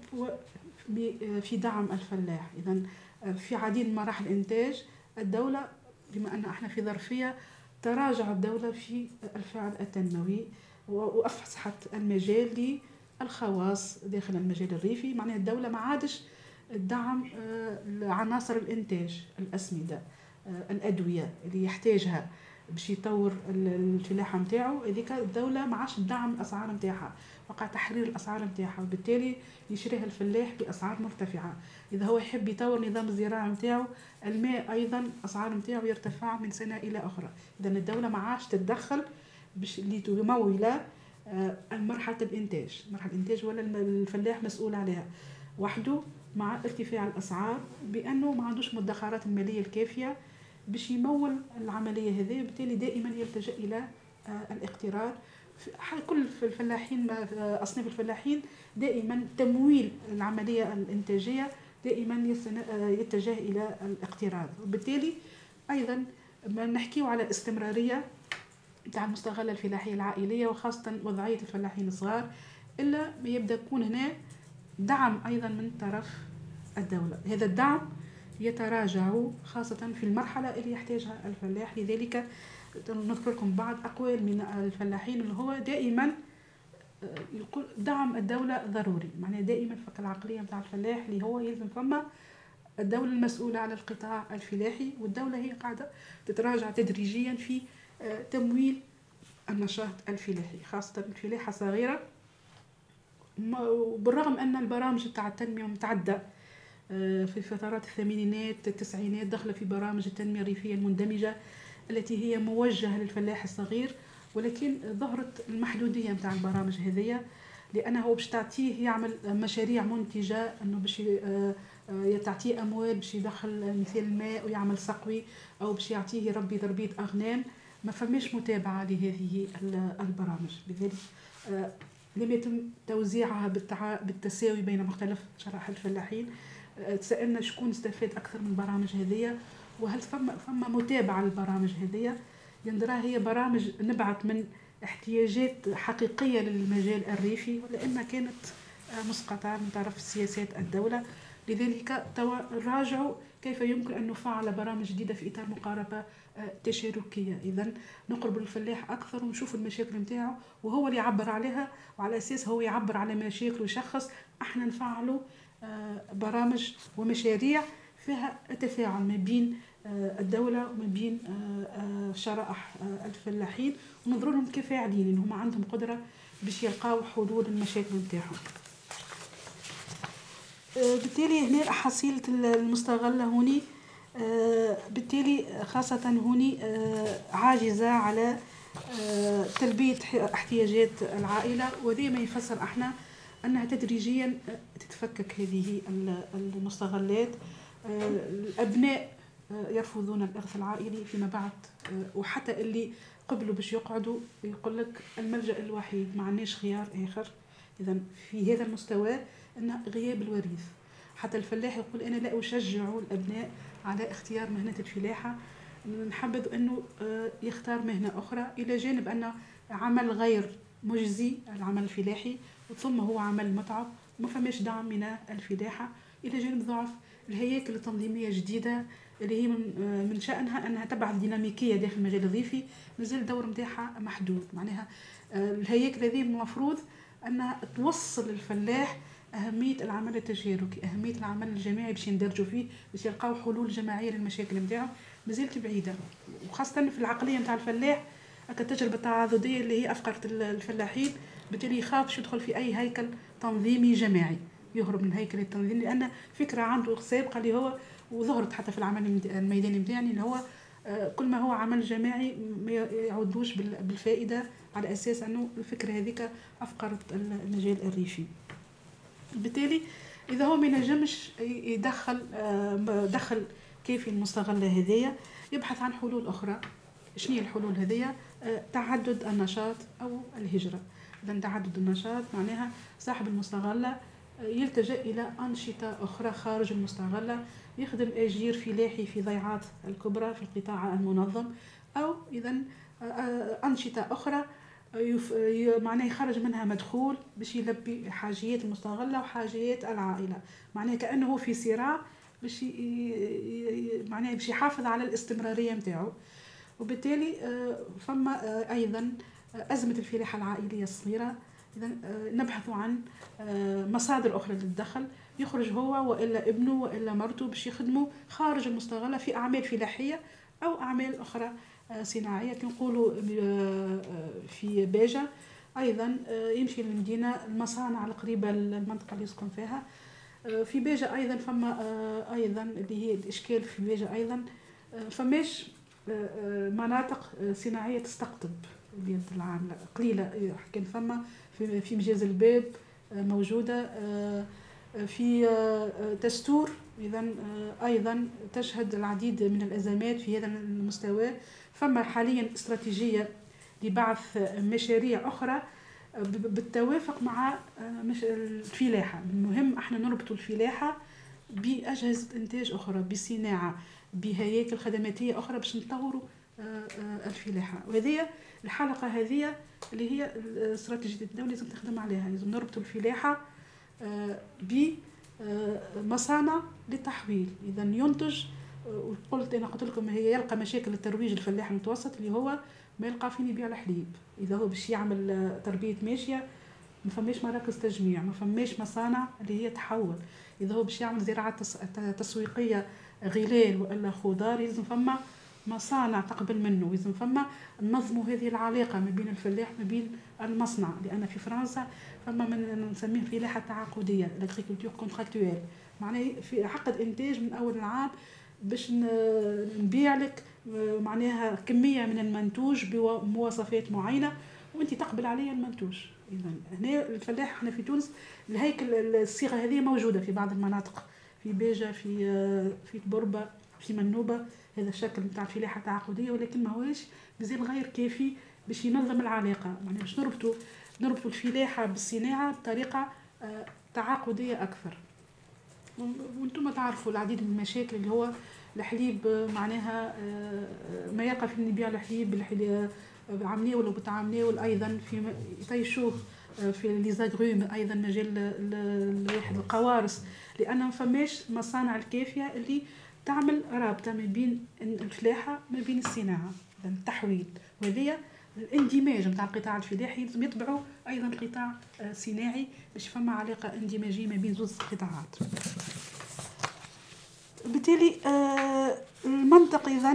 في دعم الفلاح. إذا في عديد من مراحل الإنتاج الدولة بما أن احنا في ظرفية تراجع الدولة في الفعل التنموي وأفسحت المجال للخواص داخل المجال الريفي. معناها الدولة ما عادش الدعم عناصر الإنتاج، الأسمدة، الأدوية اللي يحتاجها باش يطور الفلاحة متاعه، هذيك الدولة ما عادش تدعم الأسعار متاعها، وقع تحرير الأسعار متاعها، وبالتالي يشريها الفلاح بأسعار مرتفعة. إذا هو يحب يطور نظام الزراعة متاعه، الماء أيضا أسعار متاعه يرتفع من سنة إلى أخرى. إذا الدولة ما عادش تتدخل باش لتمول مرحلة الإنتاج، مرحلة الإنتاج ولا الفلاح مسؤول عليها وحده، مع ارتفاع الأسعار بأنه ما عندوش مدخرات المالية الكافية باش يمول العملية هذه، وبالتالي دائما يلتجأ إلى الاقتراض. كل الفلاحين أصناف الفلاحين دائما تمويل العملية الإنتاجية دائما يتجه إلى الاقتراض، وبالتالي أيضا ما نحكيه على استمرارية تاع المستغلة الفلاحية العائلية، وخاصة وضعية الفلاحين الصغار، إلا ما يبدأ يكون هنا دعم أيضا من طرف الدولة. هذا الدعم يتراجع خاصة في المرحلة اللي يحتاجها الفلاح. لذلك نذكر لكم بعض أقوال من الفلاحين اللي هو دائما يقول دعم الدولة ضروري، معناه دائما فك العقلية متاع الفلاح اللي هو يلزم فما الدولة المسؤولة على القطاع الفلاحي، والدولة هي قاعدة تتراجع تدريجيا في تمويل النشاط الفلاحي، خاصة الفلاحة صغيرة. وبالرغم أن البرامج تاع التنمية متعدة في فترات الثمانينات التسعينات، دخل في برامج التنمية الريفية المندمجة التي هي موجهة للفلاح الصغير، ولكن ظهرت المحدودية متاع البرامج هذه، لأنه باش تعطيه يعمل مشاريع منتجة، أنه باش تعطيه أموال باش يدخل مثال الماء ويعمل سقوي، أو باش يعطيه يربي تربية أغنام، ما فماش متابعة لهذه البرامج. لذلك لم يتم توزيعها بالتساوي بين مختلف شرائح الفلاحين. تسألنا شكون استفاد أكثر من البرامج هذه، وهل فما متابعة للبرامج هذه؟ يندرى هي برامج نبعت من احتياجات حقيقية للمجال الريفي، ولأنها كانت مسقطة من طرف سياسات الدولة. لذلك راجعوا كيف يمكن أن نفعل برامج جديدة في إطار مقاربة تشاركية، إذن نقرب الفلاح أكثر ونشوف المشاكل متاعه وهو اللي يعبر عليها، وعلى أساس هو يعبر على مشاكل ويشخص، احنا نفعلوا برامج ومشاريع فيها تفاعل ما بين الدولة وما بين شرائح الفلاحين، ونظر لهم كفاعلين إن هم عندهم قدرة باش يلقاو حلول المشاكل متاعهم. بالتالي هنا حصيلة المستغلة هوني بالتالي خاصة هوني عاجزة على تلبية احتياجات العائلة، وذي ما يفسر احنا أنها تدريجيا تتفكك هذه المستغلات. الأبناء يرفضون الإرث العائلي فيما بعد، وحتى اللي قبلوا باش يقعدوا يقول لك الملجأ الوحيد، ما عندناش خيار آخر. إذا في هذا المستوى أن غياب الوريث، حتى الفلاح يقول أنا لا أشجع الأبناء على اختيار مهنة الفلاحة، نحبذ أنه يختار مهنة أخرى، إلى جانب أن عمل غير مجزي العمل الفلاحي، ثم هو عمل متعب وما فماش دعم من الفلاحة، إلى جانب ضعف الهياكل التنظيمية الجديدة اللي هي من شأنها أنها تبعث ديناميكية داخل المجال الريفي، مازال الدور متاعها محدود. معناها الهياكل هذه المفروض أنها توصل للفلاح أهمية العمل التشاركي، أهمية العمل الجماعي باش يندرجوا فيه، باش يلقاو حلول جماعية للمشاكل متاعهم، مازالت بعيدة. وخاصة في العقلية متاع الفلاح التجربة التعاضدية اللي هي أفقرت الفلاحين، بالتالي يخافش يدخل في أي هيكل تنظيمي جماعي، يهرب من هيكل التنظيم، لأن فكرة عنده سابقة اللي هو وظهرت حتى في العمل الميداني متاعي اللي هو كل ما هو عمل جماعي ما يعودوش بالفائدة، على أساس أنه الفكرة هذيك أفقرت المجال الريفي. بالتالي إذا هو ما ينجمش يدخل دخل كيفي المستغلة هذية، يبحث عن حلول أخرى. شنو هي الحلول هذية؟ تعدد النشاط أو الهجرة. إذا تعدد النشاط معناها صاحب المستغلة يلتجأ إلى أنشطة أخرى خارج المستغلة، يخدم أجير فلاحي في ضيعات الكبرى في القطاع المنظم، أو إذا أنشطة أخرى معناه يخرج منها مدخول باش يلبي حاجيات المستغلة وحاجيات العائلة. معناه كأنه في صراع باش معناه باش يحافظ على الاستمرارية متاعه. وبالتالي فما أيضا أزمة الفلاحة العائلية الصغيرة. إذا نبحث عن مصادر أخرى للدخل، يخرج هو وإلا ابنه وإلا مرته باش يخدموا خارج المستغلة في أعمال فلاحية أو أعمال أخرى صناعية. كنقولوا في باجة أيضا يمشي للمدينة، المصانع القريبة للمنطقة اللي يسكن فيها. في باجة أيضا فما أيضا اللي هي الإشكال في باجة أيضا فماش مناطق صناعية تستقطب اليد العاملة، قليلة. كان فما في مجاز الباب موجودة، في تستور إذا أيضا تشهد العديد من الأزمات في هذا المستوى. فما حاليا استراتيجية لبعث مشاريع أخرى بالتوافق مع الفلاحة. المهم احنا نربط الفلاحة بأجهزة إنتاج أخرى، بصناعة، بهياكل خدماتية أخرى باش نطوروا الفلاحة. وهذه الحلقة هذه اللي هي استراتيجية الدولة لازم تخدم عليها، لازم نربط الفلاحة بمصانع للتحويل. إذا ينتج، وقلت أنا قلت لكم هي يلقى مشاكل الترويج الفلاح المتوسط اللي هو ما يلقى فين يبيع الحليب. إذا هو باش يعمل تربية ماشية ما فماش مراكز تجميع، ما فماش مصانع اللي هي تحول. إذا هو باش يعمل زراعة تسويقية غلال وإلا خضار لازم فما مصانع تقبل منه، لازم فما نظموا هذه العلاقة ما بين الفلاح ما بين المصنع. لأن في فرنسا فما من نسميه فلاحة تعاقدية، l'agriculture contractuelle، معناه في عقد إنتاج من أول العام باش نبيع لك معناها كمية من المنتوج بمواصفات معينة وانت تقبل عليها المنتوج. إذا هنا الفلاح احنا في تونس الهيكل الصيغة هذه موجودة في بعض المناطق، في باجة، في بربة، في منوبة، هذا الشكل نتاع الفلاحة التعاقدية، ولكن ما هوش مازال غير كافي باش ينظم العلاقة. يعني باش نربطوا الفلاحة بالصناعة بطريقة تعاقدية أكثر. وانتم تعرفوا العديد من المشاكل اللي هو الحليب معناها ما يلقى في نبيع الحليب عمليه ولا بتعامليه، ايضا في يطيشوه في لي زاغروم، ايضا مجال واحد القوارص، لان ما فماش مصانع الكافيه اللي تعمل رابطه ما بين الفلاحه ما بين الصناعه، التحويل. وهذه الاندماج نتاع القطاع الفلاحي لازم يتبعوا ايضا قطاع صناعي باش فما علاقه اندماجيه ما بين زوج قطاعات. بالتالي المنطق إذا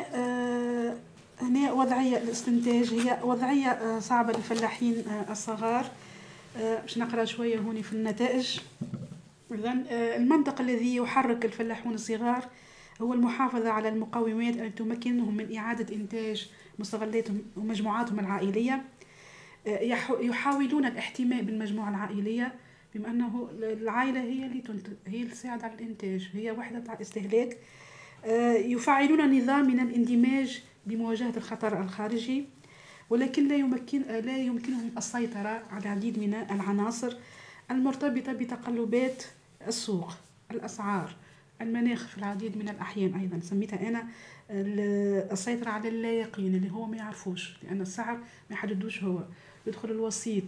هنا وضعية الاستنتاج هي وضعية صعبة للفلاحين الصغار. باش نقرأ شوية هوني في النتائج. إذن المنطق الذي يحرك الفلاحون الصغار هو المحافظة على المقومات التي تمكنهم من إعادة إنتاج مستغلاتهم ومجموعاتهم العائلية. يحاولون الاحتماء بالمجموعة العائلية، بما أنه العائلة هي اللي هي اللي تساعد على الإنتاج، هي وحدة الاستهلاك. يفعلون نظام من الاندماج بمواجهة الخطر الخارجي، ولكن لا يمكنهم السيطرة على العديد من العناصر المرتبطة بتقلبات السوق، الأسعار، المناخ في العديد من الأحيان. أيضا سميتها أنا السيطرة على اللا يقين اللي هو ما يعرفوش، لأن السعر ما يحددوش هو. يدخل الوسيط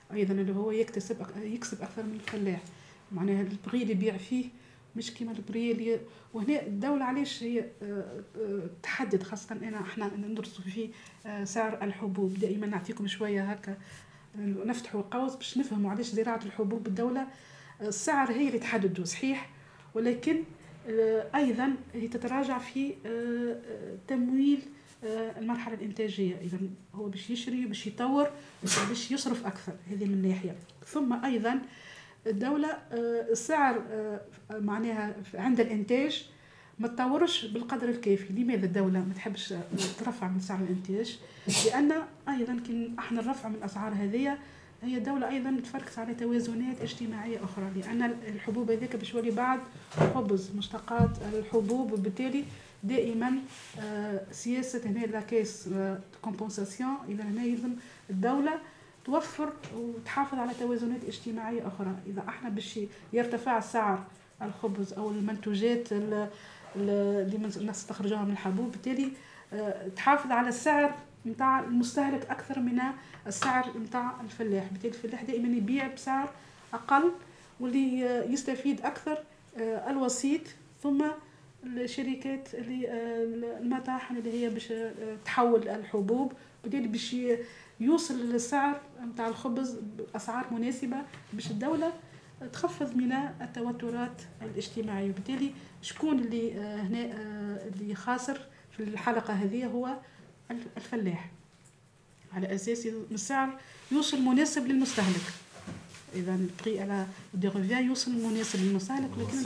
ايضا اللي هو يكسب اكثر من الفلاح، معناها البري اللي يبيع فيه مش كيما البري اللي. وهنا الدولة علاش هي تحدد، خاصة احنا ندرسوا في سعر الحبوب، دائما نعطيكم شوية هكا نفتحوا قوس باش نفهموا علاش زراعة الحبوب بالدولة السعر هي اللي تحدده صحيح، ولكن ايضا هي تتراجع في تمويل المرحلة الإنتاجية. إذا هو باش يشري باش يطور باش يصرف أكثر، هذه من ناحية. ثم أيضا الدولة السعر معناها عند الإنتاج ما تطورش بالقدر الكافي. لماذا الدولة ما تحبش ترفع من سعر الإنتاج؟ لأن أيضا كي احنا الرفع من الأسعار هذه هي الدولة أيضا تفركس على توازنات اجتماعية أخرى، لأن الحبوب هذيك باش تولي بعد خبز مشتقات الحبوب، وبالتالي دائما سياسة هنا لاكيس كومبونساسيون. إذا هنا يلزم الدولة توفر وتحافظ على توازنات اجتماعية أخرى. إذا احنا باش يرتفع سعر الخبز أو المنتوجات اللي نستخرجوها من الحبوب، بالتالي تحافظ على السعر متاع المستهلك أكثر من السعر متاع الفلاح. بالتالي الفلاح دائما يبيع بسعر أقل، واللي يستفيد أكثر الوسيط، ثم الشركات اللي المطاحن اللي هي باش تحول الحبوب، بالتالي باش يوصل السعر متاع الخبز بأسعار مناسبة باش الدولة تخفض من التوترات الاجتماعية. وبالتالي شكون اللي هنا اللي خاسر في الحلقة هذه؟ هو الفلاح، على أساس السعر يوصل مناسب للمستهلك. إذا البري على دي ريفيان يوصل مناسب للمستهلك، لكن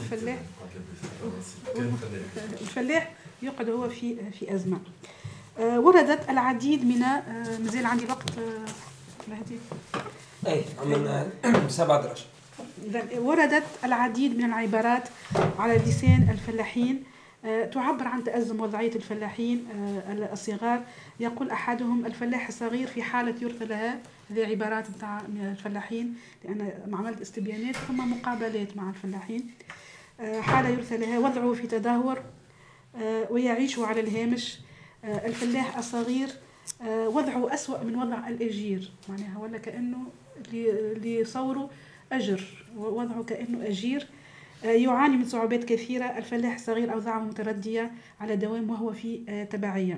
الفلاح يقعد هو في أزمة. وردت العديد من مازال عندي وقت لهدي اي عملنا 7 درجات. إذا وردت العديد من العبارات على لسان الفلاحين تعبر عن تأزم وضعية الفلاحين الصغار. يقول أحدهم: الفلاح الصغير في حالة يرثى لها. هذه عبارات بتاع الفلاحين، لأن عملت استبيانات ثم مقابلات مع الفلاحين. حالة يرثى لها، وضعه في تدهور ويعيش على الهامش. الفلاح الصغير وضعه أسوأ من وضع الأجير، معناها ولا كأنه اللي صوره أجر، ووضعه كأنه أجير. يعاني من صعوبات كثيرة. الفلاح الصغير أوضاعه متردية على دوام وهو في تبعية.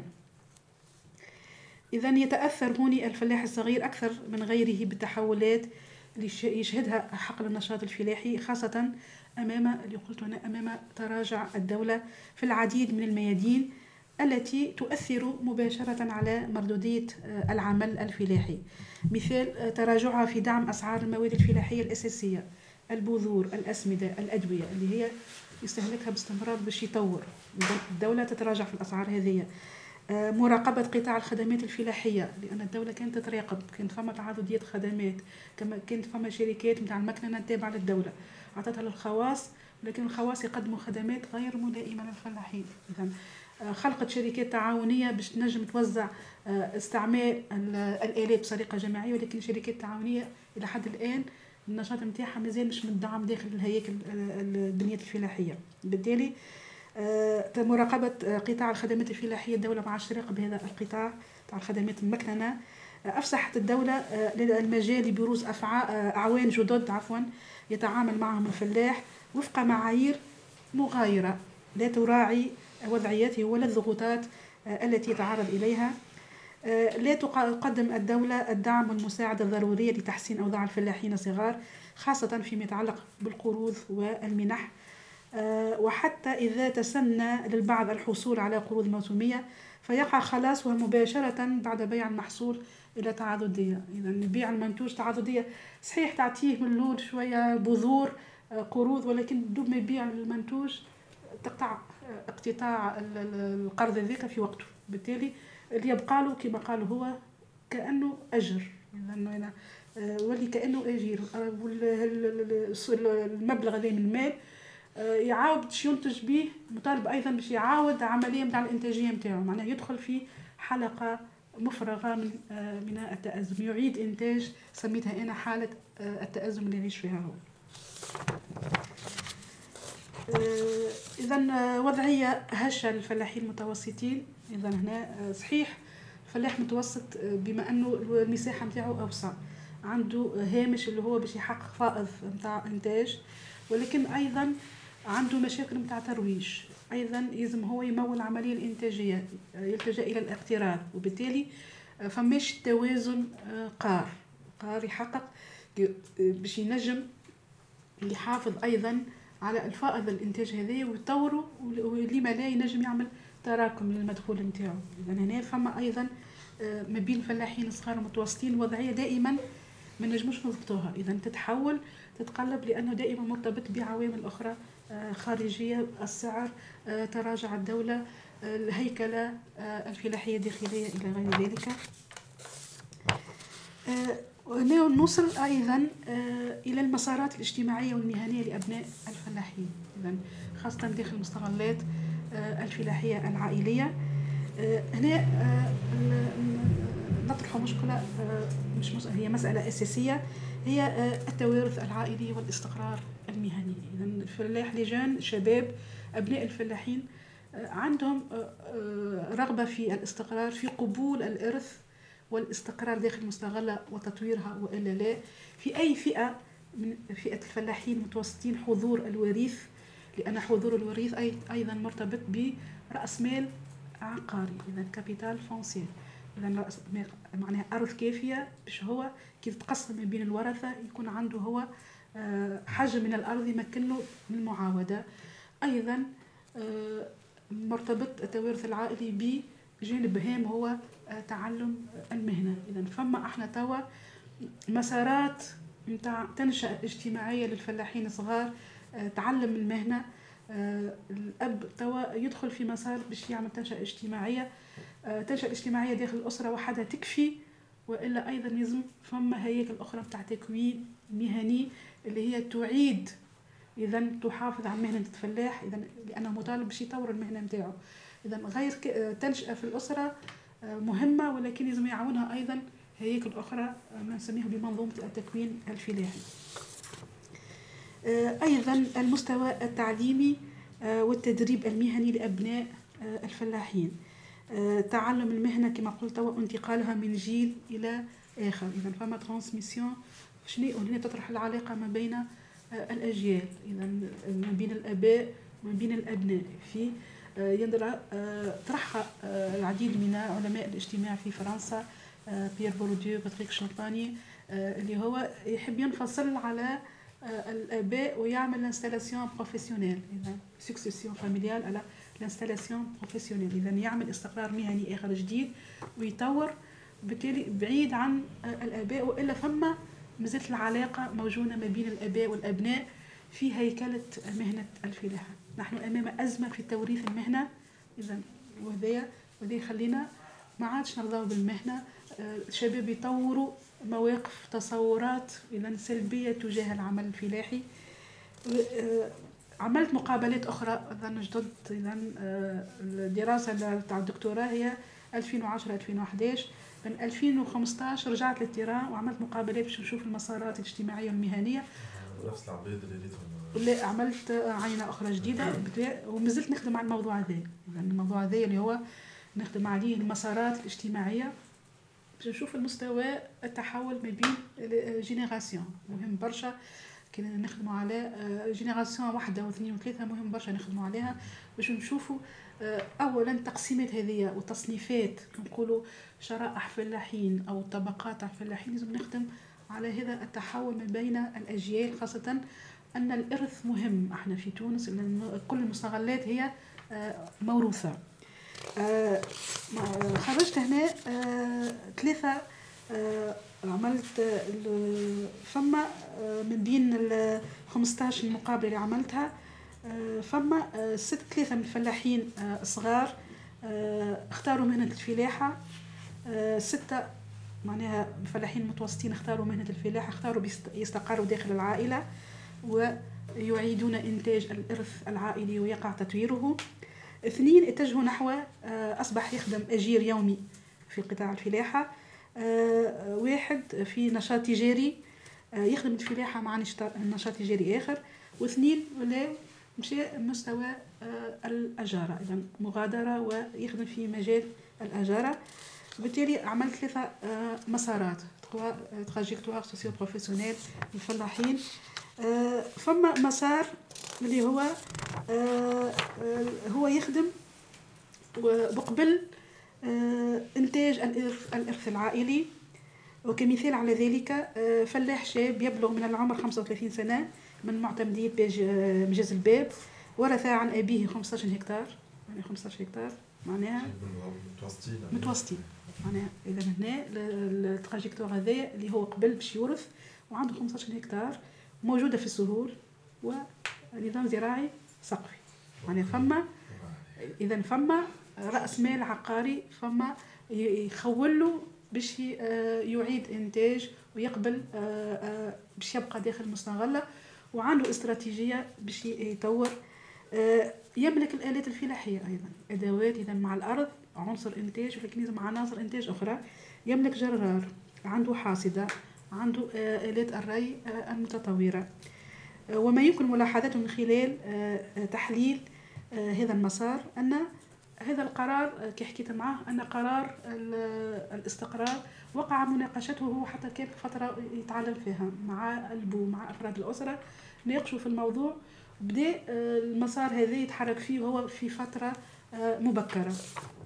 إذن يتأثر هوني الفلاح الصغير أكثر من غيره بالتحولات اللي يشهدها حقل النشاط الفلاحي، خاصة أمام تراجع الدولة في العديد من الميادين التي تؤثر مباشرة على مردودية العمل الفلاحي. مثال تراجعها في دعم أسعار المواد الفلاحية الأساسية، البذور، الأسمدة، الأدوية اللي هي يستهلكها باستمرار باش يطور. الدولة تتراجع في الأسعار هذه. مراقبة قطاع الخدمات الفلاحية، لأن الدولة كانت تتراقب، كانت فما تعددية خدمات، كما كانت فما شركات متاع المكننة تابعة للدولة عطتها للخواص، لكن الخواص يقدموا خدمات غير ملائمة للفلاحين. إذن خلقت شركات تعاونية باش تنجم توزع استعمال الآلات بطريقة جماعية، ولكن شركات تعاونية إلى حد الآن النشاط متاعها مازال مش مدعم داخل الهياكل البنية الفلاحية. بالتالي مراقبة قطاع الخدمات الفلاحية، الدولة مع اشتراك بهذا القطاع تاع الخدمات المكننة. أفسحت الدولة المجال لبروز أعوان جدد يتعامل معهم الفلاح وفق معايير مغايرة لا تراعي وضعيته ولا الضغوطات التي يتعرض إليها. لا تقدم الدولة الدعم والمساعدة الضرورية لتحسين أوضاع الفلاحين الصغار، خاصة فيما يتعلق بالقروض والمنح. وحتى إذا تسنى للبعض الحصول على قروض موسمية فيقع خلاصها مباشرة بعد بيع المحصول إلى تعاضدية. إذا نبيع المنتوج تعاضدية، صحيح تعطيه من لون شوية بذور قروض، ولكن بدون ما يبيع المنتوج تقطع اقتطاع القرض ذاك في وقته. بالتالي اللي يبقى له كما قال هو كأنه أجر، لأنه ولي كأنه أجير. المبلغ ذي من المال يعاود باش ينتج به، مطالب أيضا باش يعاود عملية متاع الإنتاجية متاعه، معناه يدخل في حلقة مفرغة من التأزم، يعيد إنتاج. سميتها أنا حالة التأزم اللي يعيش فيها هو. إذن وضعية هشة للفلاحين المتوسطين. إذن هنا صحيح الفلاح متوسط بما أنه المساحة متاعه أوسع، عنده هامش اللي هو باش يحقق فائض نتاع إنتاج، ولكن أيضا عنده مشاكل نتاع ترويج. أيضا يلزم هو يمول العملية الإنتاجية، يلتجأ إلى الاقتراض، وبالتالي فماش توازن قار يحقق باش ينجم يحافظ أيضا على الفائض الإنتاج هذا ويطوره، ولما لا ينجم يعمل تراكم للمدخول نتاعو. إذا هنا فما أيضا ما بين الفلاحين الصغار والمتوسطين وضعية دائما ما نجموش نضبطوها، إذا تتحول تتقلب، لأنه دائما مرتبط بعوامل أخرى خارجية، السعر، تراجع الدولة، الهيكلة الفلاحية الداخلية إلى غير ذلك. هنا نوصل أيضا إلى المسارات الاجتماعية والمهنية لأبناء الفلاحين، إذا خاصة داخل المستغلات الفلاحية العائلية. هنا نطرح مشكلة هي مسألة أساسية، هي التوارث العائلي والاستقرار المهني. إذا الفلاح لجان شباب أبناء الفلاحين عندهم رغبة في الاستقرار، في قبول الإرث والاستقرار داخل المستغلة وتطويرها، وإلا لا في أي فئة من فئة الفلاحين المتوسطين حضور الوريث، لأن حضور الوريث أيضا مرتبط برأس مال عقاري، إذا كابيتال فونسير، إذا معناها أرض كافية باش هو كي تتقسم من بين الورثة يكون عنده هو حجم من الأرض يمكنه من المعاودة. أيضا مرتبط التوارث العائلي بجانب هام هو تعلم المهنة. إذا فما احنا توا مسارات متاع تنشأة اجتماعية للفلاحين الصغار، تعلم المهنة. الأب توا يدخل في مسار باش يعمل تنشأة اجتماعية. تنشأة اجتماعية داخل الأسرة وحدها تكفي، وإلا أيضا يلزم فما هياكل أخرى بتاع تكوين مهني اللي هي تعيد، إذا تحافظ على مهنة الفلاح، إذا لأنه مطالب باش يطور المهنة نتاعو. إذا غير تنشأة في الأسرة مهمة، ولكن لازم يعاونها أيضا هياكل أخرى ما نسميه بمنظومة التكوين الفلاحي. أيضا المستوى التعليمي والتدريب المهني لأبناء الفلاحين، تعلم المهنة كما قلت وانتقالها من جيل إلى آخر. إذا فما ترانسميسيون، شنو هنا تطرح العلاقة ما بين الأجيال، إذا ما بين الآباء وما بين الأبناء. في يندرى طرحها العديد من علماء الاجتماع في فرنسا، بيير بورديو، باتريك شامباني، اللي هو يحب ينفصل على الآباء ويعمل الانستالاسيون بروفيسيونيل، إذا سكسيسيون فاميليال على الانستالاسيون بروفيسيونيل، إذا يعمل استقرار مهني آخر جديد ويطور، بالتالي بعيد عن الآباء. وإلا فما مازالت العلاقة موجودة ما بين الآباء والأبناء في هيكلة مهنة الفلاحة. نحن أمام أزمة في توريث المهنة، إذا وذا يخلينا ما عادش نرضاو بالمهنة. الشباب يطوروا مواقف تصورات إذا سلبية تجاه العمل الفلاحي. عملت مقابلات أخرى أظن جدد، إذا الدراسة تاع الدكتوراه هي 2010-2011. من 2015 رجعت للتيران وعملت مقابلات باش نشوف المسارات الاجتماعية والمهنية. نفس العباد اللي لا، عملت عينة أخرى جديدة ومازلت نخدم على الموضوع هذا. يعني الموضوع هذا اللي هو نخدم عليه المسارات الاجتماعية باش نشوف المستوى التحول ما بين جينيراسيون. مهم برشا كي نخدموا على جينيراسيون واحدة واثنين وثلاثة، مهم برشا نخدموا عليها باش نشوفوا أولا التقسيمات هذه وتصنيفات، نقولوا شرائح فلاحين أو طبقات فلاحين. لازم نخدم على هذا التحول ما بين الأجيال، خاصة أن الإرث مهم. احنا في تونس لأن كل المستغلات هي موروثة. خرجت هنا ثلاثة، عملت فما من بين 15 مقابلة اللي عملتها، فما 3 من الفلاحين صغار اختاروا مهنة الفلاحة، 6 معناها فلاحين متوسطين اختاروا مهنة الفلاحة، اختاروا يستقروا داخل العائلة ويعيدون إنتاج الإرث العائلي ويقع تطويره. 2 اتجهوا نحو أصبح يخدم أجير يومي في قطاع الفلاحة. 1 في نشاط تجاري يخدم الفلاحة مع نشاط تجاري آخر. و2 ولا مشي مستوى الأجارة، إذا مغادرة ويخدم في مجال الأجارة. وبالتالي عملت 3 مسارات تراجيكتوار سوسيو بروفيسيونيل للفلاحين. فما مسار اللي هو يخدم بقبل إنتاج الإرث العائلي. وكمثال على ذلك فلاح شاب يبلغ من العمر 35 سنة من معتمدية مجاز الباب، ورث عن أبيه 15 هكتار، يعني 15 هكتار معناها متوسطين. معناها إذا هنا التراجيكتور هذا اللي هو قبل باش يورث وعنده 15 هكتار موجودة في السهول ونظام زراعي سقفي. يعني فما رأس مال عقاري، فما يخول له باش يعيد إنتاج ويقبل باش يبقى داخل المستغلة، وعنده استراتيجية باش يطور. يملك الآلات الفلاحية أيضا، أدوات إذا مع الأرض عنصر إنتاج، ولكن مع عناصر إنتاج أخرى. يملك جرار، عنده حاصدة، عنده آلات الري المتطورة. وما يمكن ملاحظته من خلال تحليل هذا المسار أن هذا القرار كي حكيت معه أن قرار الاستقرار وقع مناقشته هو حتى كان فترة يتعلم فيها مع البو مع أفراد الأسرة، ناقشوا في الموضوع. بدأ المسار هذا يتحرك فيه وهو في فترة مبكرة.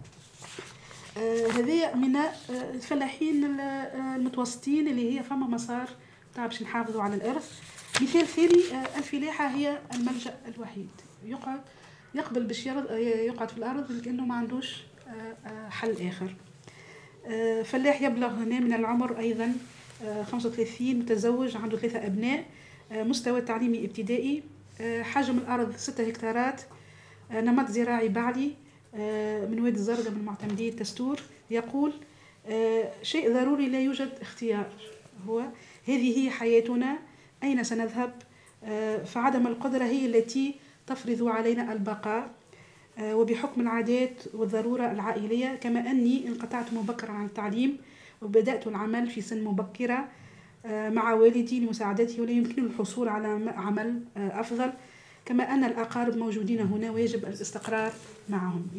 هذه من الفلاحين المتوسطين اللي هي فما مسار تاع باش نحافظوا على الإرث. مثال ثاني، الفلاحة هي الملجأ الوحيد، يقبل باش يقعد في الأرض لكنه ما عندوش حل آخر. فلاح يبلغ هنا من العمر أيضا 35، متزوج، عنده 3 أبناء، مستوى تعليمي ابتدائي، حجم الأرض 6 هكتارات، نمط زراعي بعلي من وادي الزرقاء من معتمدية تستور. يقول شيء ضروري لا يوجد اختيار، هو هذه هي حياتنا، أين سنذهب؟ فعدم القدرة هي التي تفرض علينا البقاء، وبحكم العادات والضرورة العائلية. كما أني انقطعت مبكرا عن التعليم وبدأت العمل في سن مبكرة مع والدي لمساعدته، ولا يمكن الحصول على عمل أفضل. كما أن الأقارب موجودين هنا ويجب الاستقرار معهم.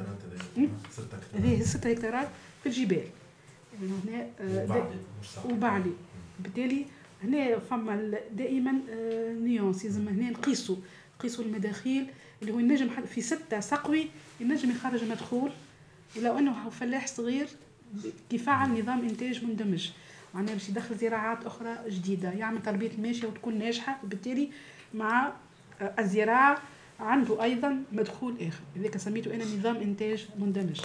هذه 6 هكتارات في الجبال هنا وبعلي. بالتالي هنا فما دائما نيونس، لازم هنا نقيسوا المداخيل اللي هو النجم في 6 سقوي النجم يخرج مدخول، ولو أنه فلاح صغير يفعل نظام إنتاج مندمج، معناه باش يدخل زراعات أخرى جديدة، يعمل تربية الماشية وتكون ناجحة، وبالتالي مع الزراعة عنده أيضا مدخول آخر، لذلك سميته أنا نظام إنتاج مندمج.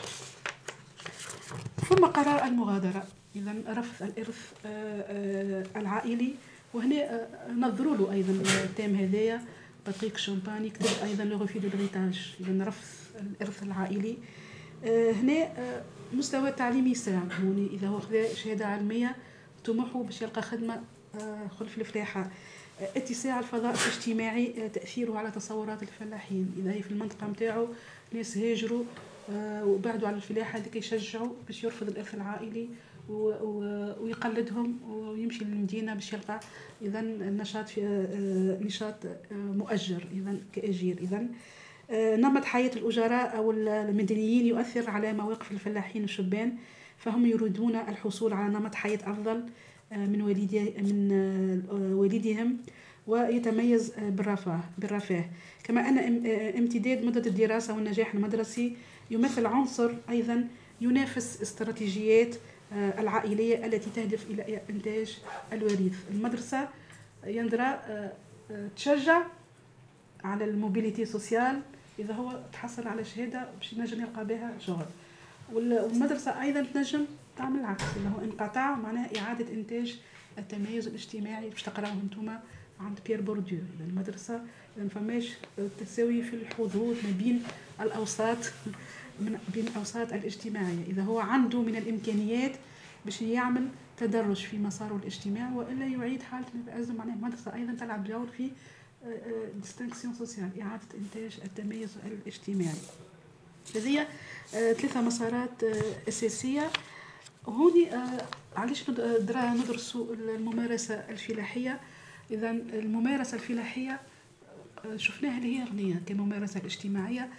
ثم قرار المغادرة، إذا رفض الإرث العائلي. وهنا نظروا له أيضا التام هذايا باتريك شامباني كتب أيضا لو ريفي دو لوريتاج، إذا رفض الإرث العائلي. هنا مستوى تعليمي سام، هوني إذا هو خذا شهادة علمية طموحه باش يلقى خدمة خلف الفلاحة. اتساع الفضاء الاجتماعي، تأثيره على تصورات الفلاحين، إذا هي في المنطقة متاعه ناس هاجروا وبعدوا على الفلاحة، هذيك يشجعوا باش يرفض الإرث العائلي ويقلدهم ويمشي للمدينة باش يلقى إذا نشاط مؤجر، إذا كأجير. إذا نمط حياة الأجراء أو المدنيين يؤثر على مواقف الفلاحين الشبان، فهم يريدون الحصول على نمط حياة أفضل من والديهم ويتميز بالرفاه. كما أن امتداد مدة الدراسة والنجاح المدرسي يمثل عنصر أيضا ينافس استراتيجيات العائلية التي تهدف إلى إنتاج الوريث. المدرسة يندرى تشجع على الموبيليتي سوسيال، إذا هو تحصل على شهادة باش ينجم يلقى بها شغل. والمدرسة أيضا تنجم تعمل العكس، اللي هو انقطاع معناه إعادة إنتاج التميز الاجتماعي باش تقراوه انتوما عند بيير بورديو. المدرسة ما فماش تساوي في الحظوظ ما بين الأوساط بين الأوساط الاجتماعية، إذا هو عنده من الإمكانيات باش يعمل تدرج في مساره الاجتماعي، وإلا يعيد حالة الأزمة. معناه المدرسة أيضا تلعب دور في ديستنكسيون سوسيال، إعادة إنتاج التميز الاجتماعي. هذه 3 مسارات أساسية. هوني علاش ندرسوا الممارسة الفلاحية؟ إذا الممارسة الفلاحية شفناها اللي هي غنية كممارسة اجتماعية،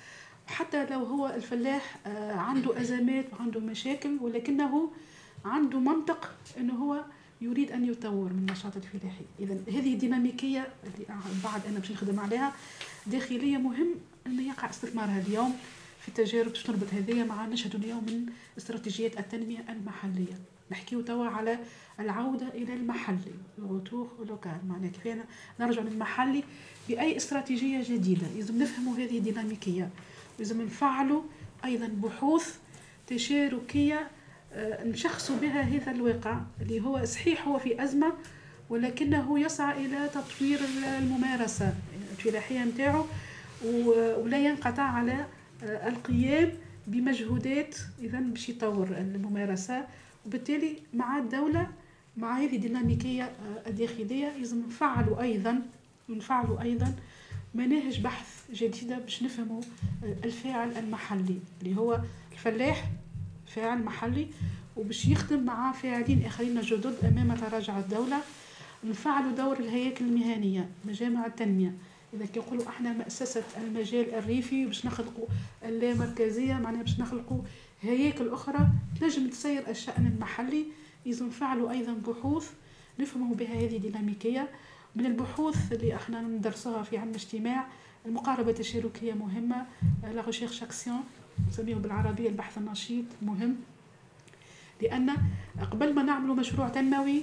حتى لو هو الفلاح عنده أزمات وعنده مشاكل، ولكنه عنده منطق أنه هو يريد أن يطور من النشاط الفلاحي. إذا هذه ديناميكية اللي بعد أنا باش نخدم عليها داخلية، مهم أن يقع استثمارها اليوم في التجارب باش نربط هذه مع نشهد اليوم من استراتيجيات التنمية المحلية. نحكيو توا على العودة إلى المحلي، الغتوخ لوكال، معناها كيف نرجع للمحلي بأي استراتيجية جديدة. لازم نفهموا هذه الديناميكية، لازم نفعلوا أيضا بحوث تشاركية نشخصوا بها هذا الواقع اللي هو صحيح هو في أزمة، ولكنه يسعى إلى تطوير الممارسة الفلاحية متاعه، ولا ينقطع على القيام بمجهودات إذا باش يطور الممارسة. وبالتالي مع الدولة مع هذه الديناميكية الداخلية لازم نفعلوا أيضا مناهج بحث جديدة باش نفهموا الفاعل المحلي اللي هو الفلاح، فاعل محلي، وباش يخدم مع فاعلين آخرين جدد أمام تراجع الدولة. نفعلوا دور الهياكل المهنية، مجامع التنمية. إذا كيقولوا احنا مؤسسة المجال الريفي باش نخلقوا اللامركزية، معناها باش نخلقوا هياكل أخرى تنجم تسير الشأن المحلي. لازم نفعلوا أيضا بحوث نفهموا بها هذه ديناميكية. من البحوث اللي احنا ندرسوها في علم الاجتماع، المقاربة التشاركية مهمة، لا ريشيرش اكسيون نسميه بالعربية البحث النشيط مهم، لأن قبل ما نعملوا مشروع تنموي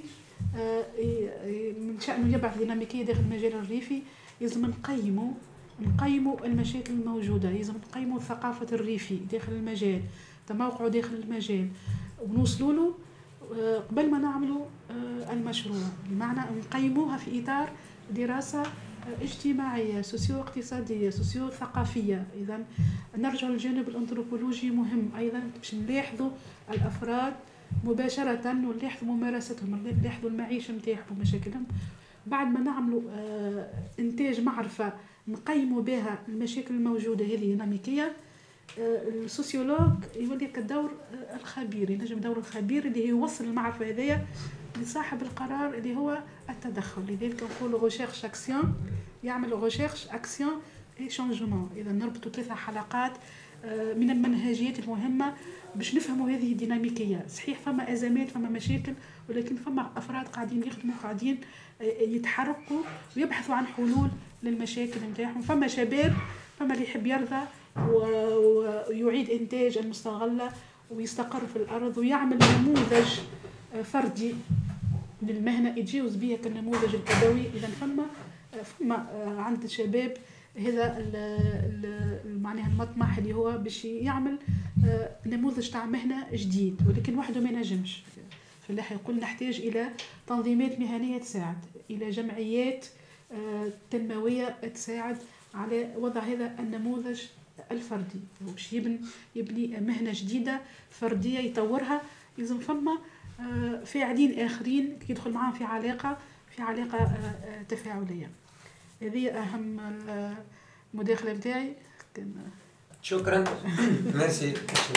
من شأنه يبعث ديناميكية داخل المجال الريفي، لازم نقيموا المشاكل الموجودة، لازم نقيموا ثقافة الريفي داخل المجال، تموقعه داخل المجال، ونوصلوا له قبل ما نعملوا المشروع. بمعنى نقيموها في إطار دراسة اجتماعية، سوسيو اقتصادية، سوسيو ثقافية. إذا نرجع للجانب الأنثروبولوجي مهم أيضا باش نلاحظوا الأفراد مباشرة، ونلاحظوا ممارستهم، نلاحظوا المعيشة متاعهم ومشاكلهم. بعد ما نعملوا إنتاج معرفة نقيموا بها المشاكل الموجودة هذه ديناميكية، السوسيولوج يولي كدور الخبير، ينجم دور الخبير اللي يوصل المعرفة هذية لصاحب القرار اللي هو التدخل. لذلك نقول ريشيرش اكسيون، يعمل ريشيرش اكسيون اي شانجمون. اذا نربطوا 3 حلقات من المنهجيات المهمة باش نفهموا هذه الديناميكية. صحيح فما ازمات، فما مشاكل، ولكن فما افراد قاعدين يخدموا، قاعدين يتحركوا ويبحثوا عن حلول للمشاكل نتاعهم. فما شباب، فما اللي يحب يرضى ويعيد إنتاج المستغلة ويستقر في الأرض ويعمل نموذج فردي للمهنة يتجاوز بها كالنموذج الأبوي. إذا فما عند الشباب هذا معناها المطمح اللي هو باش يعمل نموذج تاع مهنة جديد، ولكن وحده ما ينجمش. فلاح يقول نحتاج إلى تنظيمات مهنية تساعد، إلى جمعيات تنموية تساعد على وضع هذا النموذج الفردي، وباش يبني مهنة جديدة فردية يطورها. لازم فما فاعلين آخرين يدخل معهم في علاقة تفاعلية. هذه أهم المداخلة بتاعي. شكرا. ميرسي.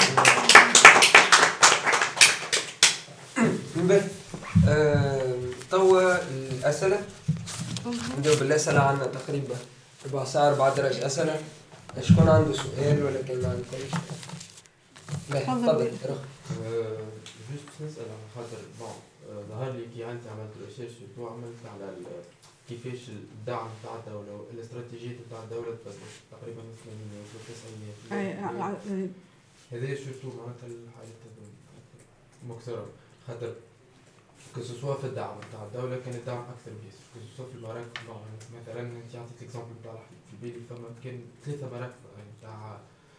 توا الأسئلة، نبداو بالأسئلة. عندنا تقريبا 4 ساعات 4 درج أسئلة. شكون عنده سؤال ولا كان ما عندكمش؟ تفضل. جوست نسأل على خاطر بون ظهر لي كي أنت عملت ريسيرش عملت على كيفاش الدعم تاع الدولة والاستراتيجيات تاع الدولة تبدلت تقريبا من 80 و 90. هذا سورتو معناتها الحالة مكسرة، خاطر كسوسوا في الدعم تاع الدولة كان الدعم أكثر بيس، كسوسوا في المراكز. مثلا أنت عطيت الإكزامبل تاع في بالي فما كان 3 مراكز تاع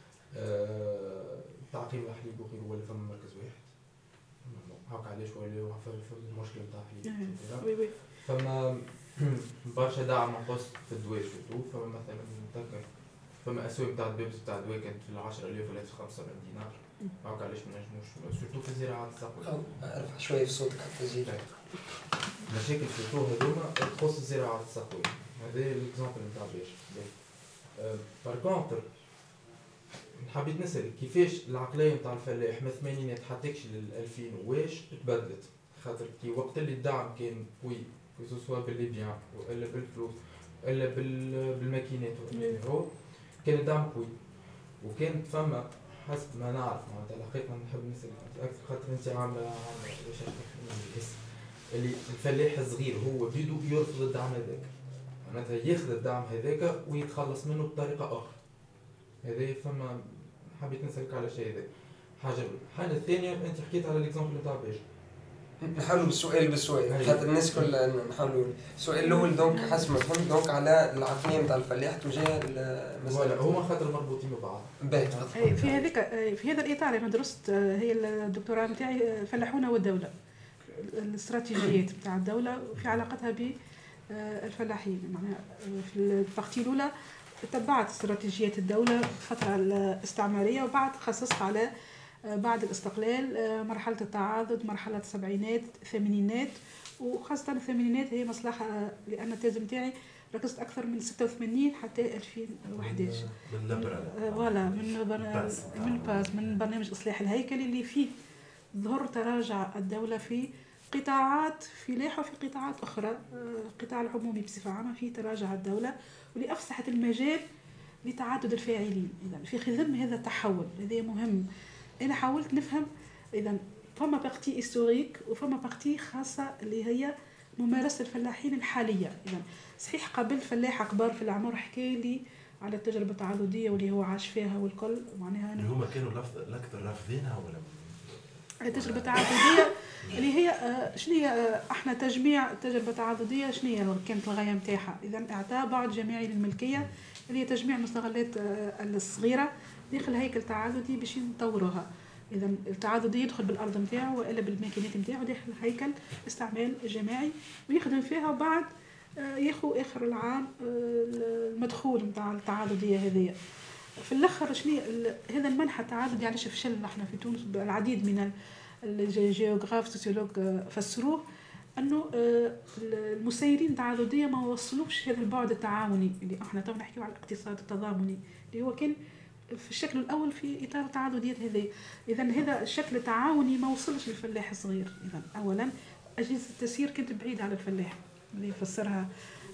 تعقيم الحليب وغيره، ولا فما مركز واحد هاك علاش ولا في المشكل تاع الحليب. فما برشا دعم نقص في الدواء شفتو. فما مثلا نتذكر فما أسواق تاع البيبس تاع الدواء كانت في 10,000 ولا 75 دينار. هاك علاش ما نجموش سورتو في زراعة الصقر. ارفع شوية في صوتك حتى تزيد. مشاكل سورتو هذوما تخص زراعة الصقر. هذا الإكزامبل نتاع باش. بار كونتر حبيت نسأل كيفاش العقلية نتاع الفلاح من الثمانينات حتىكش لل2000 واش تبدلت، خاطر كي وقت اللي الدعم كان قوي كسوسوا باللي بيان ولا بالفلوس ولا بالماكينات كان الدعم قوي، وكانت فما حسب ما نعرف معناتها الحقيقة نحب نسألك أكثر خاطر أنت عاملة ريسيرش اللي الفلاح الصغير هو بيدو يرفض الدعم هذاك معناتها ياخذ الدعم هذاك ويتخلص منه بطريقة أخرى. هذا فما حبيت نسألك على شيء هذا. الحاجة الثانية أنت حكيت على الإكزامبل نتاع بيج. نحاولوا بالسؤال خاطر الناس كل نحاولوا. السؤال الأول دونك حسب ما فهمت دونك على العقلية نتاع الفلاح تجاه المسألة. هما خاطر مربوطين ببعض. في هذا الإطار أنا درست هي الدكتوراه نتاعي فلاحونا والدولة. الاستراتيجيات نتاع الدولة في علاقتها بالفلاحين. معناها في البارتي الأولى تبعت استراتيجيات الدولة الفترة الاستعمارية وبعد خصصت على بعد الاستقلال مرحلة التعاضد مرحلة السبعينات الثمانينات وخاصة الثمانينات هي مصلحة لأن التيز متاعي ركزت أكثر من 86 حتى 2011 من نبرة ولا من برنامج إصلاح الهيكل اللي فيه ظهر تراجع الدولة في قطاعات فلاحة وفي قطاعات أخرى. القطاع العمومي بصفة عامة فيه تراجع الدولة واللي أفسحت المجال لتعدد الفاعلين. إذن في خضم هذا التحول هذا مهم. أنا حاولت نفهم إذن فما بارتي هيستوريك وفما بارتي خاصة اللي هي ممارسة الفلاحين الحالية. إذن صحيح قبل فلاحة كبار في العمر حكي لي على التجربة التعاضدية واللي هو عاش فيها والكل معناها اللي هما كانوا الأكثر رافضينها ولا التجربة التعاضدية اللي هي شنو هي احنا تجميع التجربة التعاضدية شنو هي كانت الغاية نتاعها. إذا اعطاء بعد جماعي للملكية اللي هي تجميع المستغلات الصغيرة داخل هيكل تعاضدي باش نطوروها. إذا التعاضدي يدخل بالأرض نتاعو وإلا بالماكينات نتاعو داخل هيكل استعمال جماعي ويخدم فيها وبعد ياخو آخر العام المدخول نتاع التعاضدية هذه. في الآخر شنو هذا المنحى التعاضدي علاش فشل احنا في تونس العديد من الجيوغراف سوسيولوج فسروه انه المسيرين التعاضديه ما وصلوش هذا البعد التعاوني اللي احنا تو نحكيو على الاقتصاد التضامني اللي هو كان في الشكل الاول في اطار التعاضديات هذه. اذا هذا الشكل التعاوني ما وصلش للفلاح الصغير. اذا اولا اجهزه التسيير كانت بعيده على الفلاح اللي يفسرها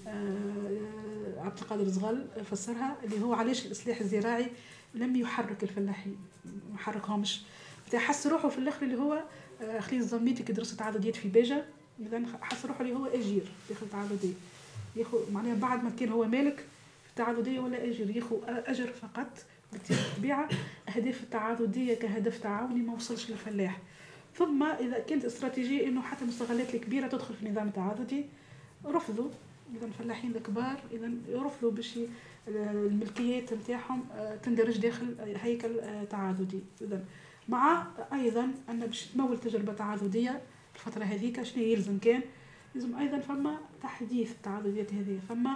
عبد القادر زغل فسرها اللي هو علاش الاصلاح الزراعي لم يحرك الفلاحين ما حركهمش حس روحه في الاخر اللي هو خليل الزميتي كدرس تعاضديات في بيجا. اذا حس روحه اللي هو اجير داخل تعاضديه ياخذ معناها بعد ما كان هو مالك في التعاضديه ولا اجير ياخذ اجر فقط بالطبيعه. اهداف التعاضديه كهدف تعاوني ما وصلش للفلاح. ثم اذا كانت استراتيجيه انه حتى المستغلات الكبيره تدخل في النظام التعاضدي رفضوا. اذا الفلاحين الكبار اذا رفضوا باش الملكيات نتاعهم تندرج داخل هيكل تعاضدي. اذا مع ايضا ان باش تمول تجربه تعاضديه الفتره هذيك شنو يلزم كان لازم ايضا فما تحديث التعاضديات هذه فما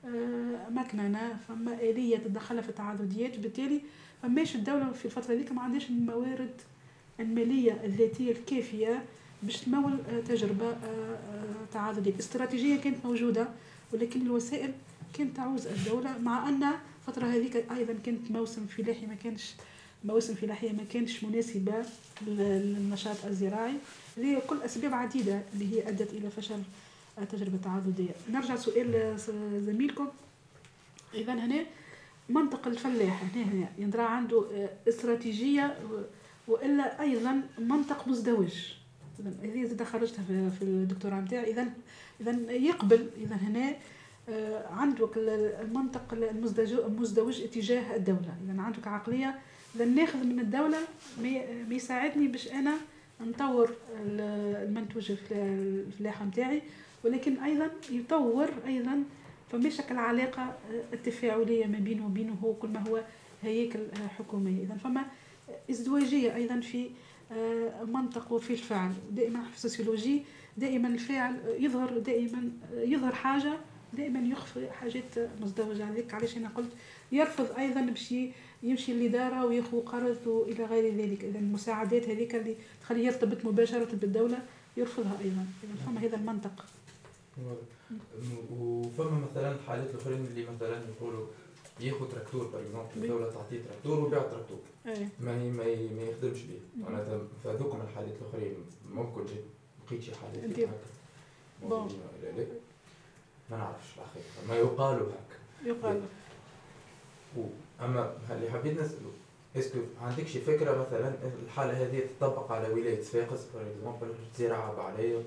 مكننه فما اليه تدخلها في التعاضديات. بالتالي فماش الدوله في الفتره هذيك ما عندهاش الموارد الماليه الذاتيه الكافيه باش تمول تجربه تعاضديه. الاستراتيجيه كانت موجوده ولكن الوسائل كانت تعوز الدوله. مع ان الفتره هذيك ايضا كانت موسم فلاحي مواسم فلاحية ما كانش مناسبة للنشاط الزراعي. هذه كل أسباب عديدة اللي هي أدت إلى فشل التجربة التعاضدية. نرجع سؤال زميلكم. إذا هنا منطق الفلاح هنا يندرى عنده استراتيجية وإلا أيضا منطق مزدوج. إذا هذه زاد خرجتها في الدكتوراه نتاعي. إذا يقبل إذا هنا عندك المنطق المزدوج اتجاه الدولة. إذا عندك عقلية إذا ناخذ من الدولة ما يساعدني باش أنا نطور المنتوج الفلاحة نتاعي ولكن أيضا يطور أيضا فما شكل علاقة التفاعلية ما بينه وبينه هو كل ما هو هيكل حكومية. إذا فما ازدواجية أيضا في منطق وفي الفعل. دائما في السوسيولوجي دائما الفاعل يظهر حاجة دائما يخفي حاجات مزدوجة. عليك علاش أنا قلت يرفض أيضا باش يمشي للإدارة وياخذ قرض وإلى غير ذلك. إذا المساعدات هذيك اللي تخليه يرتبط مباشرة بالدولة يرفضها أيضا. إذا فما هذا المنطق. وفما مثلا الحالات الأخرين اللي مثلا يقولوا ياخذ تراكتور بالإكزامبل الدولة تعطيه تراكتور ويبيع تراكتور ما يخدمش به. معناتها فهذوكم الحالات الأخرين ممكن لقيت شي حالات هكا ما نعرفش الحقيقة ما يقالوا هكا. اما اللي حبيت نساله اسكو عندك شي فكره مثلا الحاله هذه تطبق على ولايه صفاقس فور اكزومبل زراعه بعليه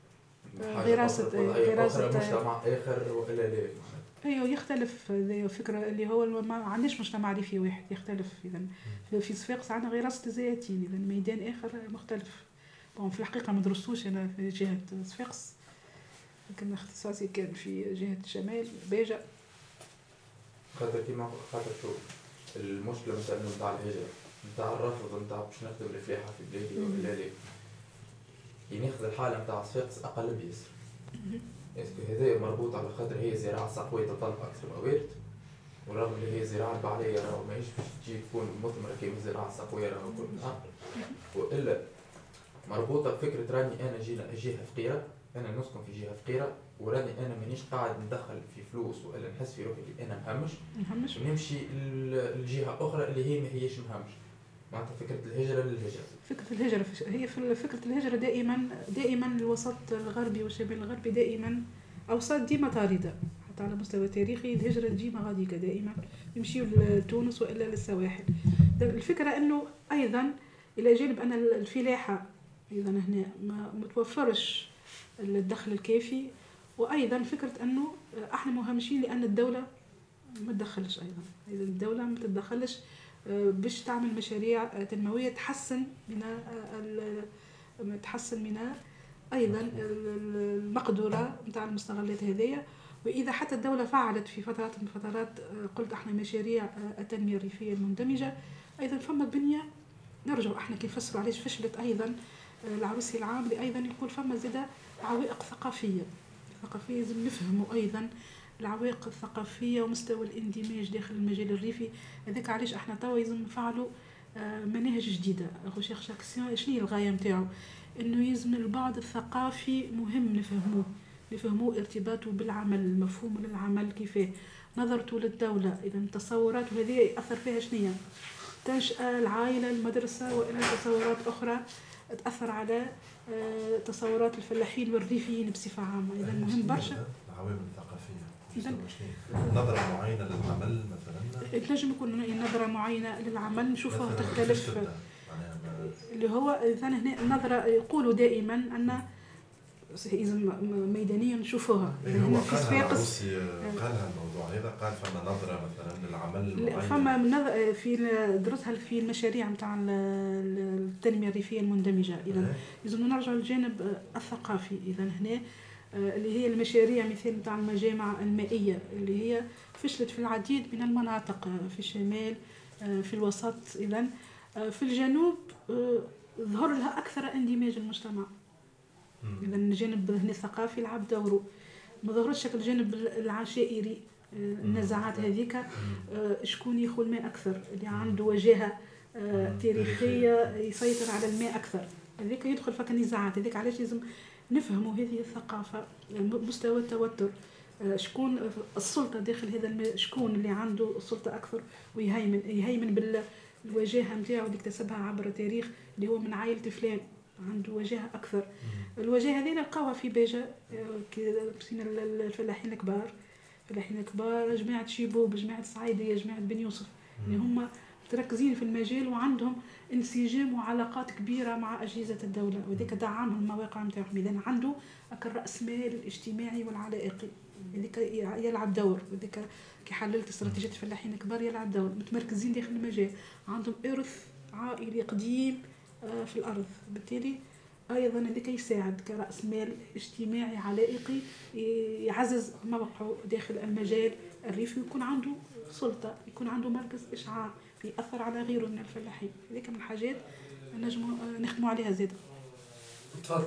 غراسه مجتمع اخر ولا لا؟ ايوه يختلف. فكره اللي هو ما عندناش مجتمع ريفي واحد يختلف. اذا في صفاقس عندنا غراسه الزيتين، اذا ميدان اخر مختلف. بون في الحقيقه ما درستوش انا في جهه صفاقس، لكن اختصاصي كان في جهه الشمال باجة. خاطر كيما خاطر شو المشكله مثلا نتاع الهجره نتاع الرفض نتاع باش نخدم الفلاحه في بلادي ولا لا، ناخذ الحاله نتاع صفاقس اقل بيسر. اسكو هذا مربوط على خاطر هي زراعه صقويه تطلب اكثر موارد، ورغم اللي هي زراعه البعليه راهو ماهيش باش تجي تكون مثمره كيما الزراعه الصقويه راهو كل اقل، والا مربوطه بفكره راني انا جهه فقيره، انا نسكن في جهه فقيره وراني انا مانيش قاعد ندخل في فلوس والا نحس في روحي اللي انا مهمش ونمشي لجهه اخرى اللي هي ما هيش مهمش. معناتها فكره الهجره للهجره. فكره الهجره هي في فكره الهجره دائما الوسط الغربي والشمال الغربي دائما اوساط ديما طارده، حتى على مستوى تاريخي الهجره ديما غاديكا دائما يمشيوا لتونس والا للسواحل. الفكره انه ايضا الى جانب ان الفلاحه ايضا هنا ما متوفرش الدخل الكافي، وايضا فكره انه احنا مهمشين لان الدوله ما تدخلش. ايضا الدوله ما تتدخلش باش تعمل مشاريع تنمويه تحسن من ايضا المقدوره نتاع المستغلات هذيا. واذا حتى الدوله فعلت في فترات من الفترات قلت احنا مشاريع التنميه الريفيه المندمجه، ايضا فما بنيه نرجع احنا كيف نفسروا علاش فشلت ايضا العروسي العام، ايضا يقول فما زاده عوائق ثقافيه لازم نفهموا ايضا العوائق الثقافيه ومستوى الاندماج داخل المجال الريفي. هذاك علاش احنا توا لازم نفعلوا مناهج جديده. ريشيرش اكسيون شنو هي الغايه نتاعو؟ انه يلزم البعد الثقافي مهم نفهموه ارتباطه بالعمل، المفهوم للعمل كيفاه، نظرته للدوله، اذا تصورات هذه ياثر فيها شنية تنشأة العائله المدرسه والا تصورات اخرى تاثر على تصورات الفلاحين والريفيين بصفه عامه. اذا مهم برشا العوامل الثقافيه، نظره معينه للعمل مثلا تنجم يكون نظره معينه للعمل نشوفها تختلف. اللي هو اذا هنا النظره يقولوا دائما ان ميدانيا نشوفوها. هو قالها الموضوع هذا، قال فما نظره مثلا للعمل معين، فما في درسها في المشاريع نتاع التنميه الريفيه المندمجه. اذا لازم نرجع للجانب الثقافي. اذا هنا اللي هي المشاريع مثل نتاع المجامع المائيه اللي هي فشلت في العديد من المناطق في الشمال في الوسط. اذا في الجنوب ظهر لها اكثر اندماج المجتمع. اذا الجانب الثقافي لعب دوره، ما ظهرتش الجانب العشائري. النزاعات هذيك شكون ياخذ الماء اكثر، اللي عنده وجاهه تاريخيه يسيطر على الماء اكثر، هذيك يدخل فك النزاعات. هذيك علاش لازم نفهموا هذه الثقافه، مستوى التوتر، شكون السلطه داخل هذا شكون اللي عنده السلطه اكثر ويهيمن بالوجاهه نتاعو اللي اكتسبها عبر التاريخ، اللي هو من عائله فلان عنده وجاهه اكثر. الوجاهه هذه نلقاوها في باجة كي الفلاحين الكبار، جماعه شيبوب، جماعه صعيديه، جماعه بن يوسف، اللي هم متركزين في المجال وعندهم انسجام وعلاقات كبيره مع اجهزه الدوله، وذلك دعمهم المواقع نتاعهم. اذا عنده الراس مال الاجتماعي والعلائقي، هذيك يلعب دور. وذلك كي حللت استراتيجيه الفلاحين الكبار يلعب دور، متمركزين داخل المجال، عندهم ارث عائلي قديم في الارض، بالتالي ايضا هذاك يساعد كراس مال اجتماعي علائقي يعزز موقعه داخل المجال الريفي، ويكون عنده سلطه، يكون عنده مركز اشعاع ياثر على غيره من الفلاحين. هذيك من الحاجات نجموا نخدموا عليها زياده. تفضل.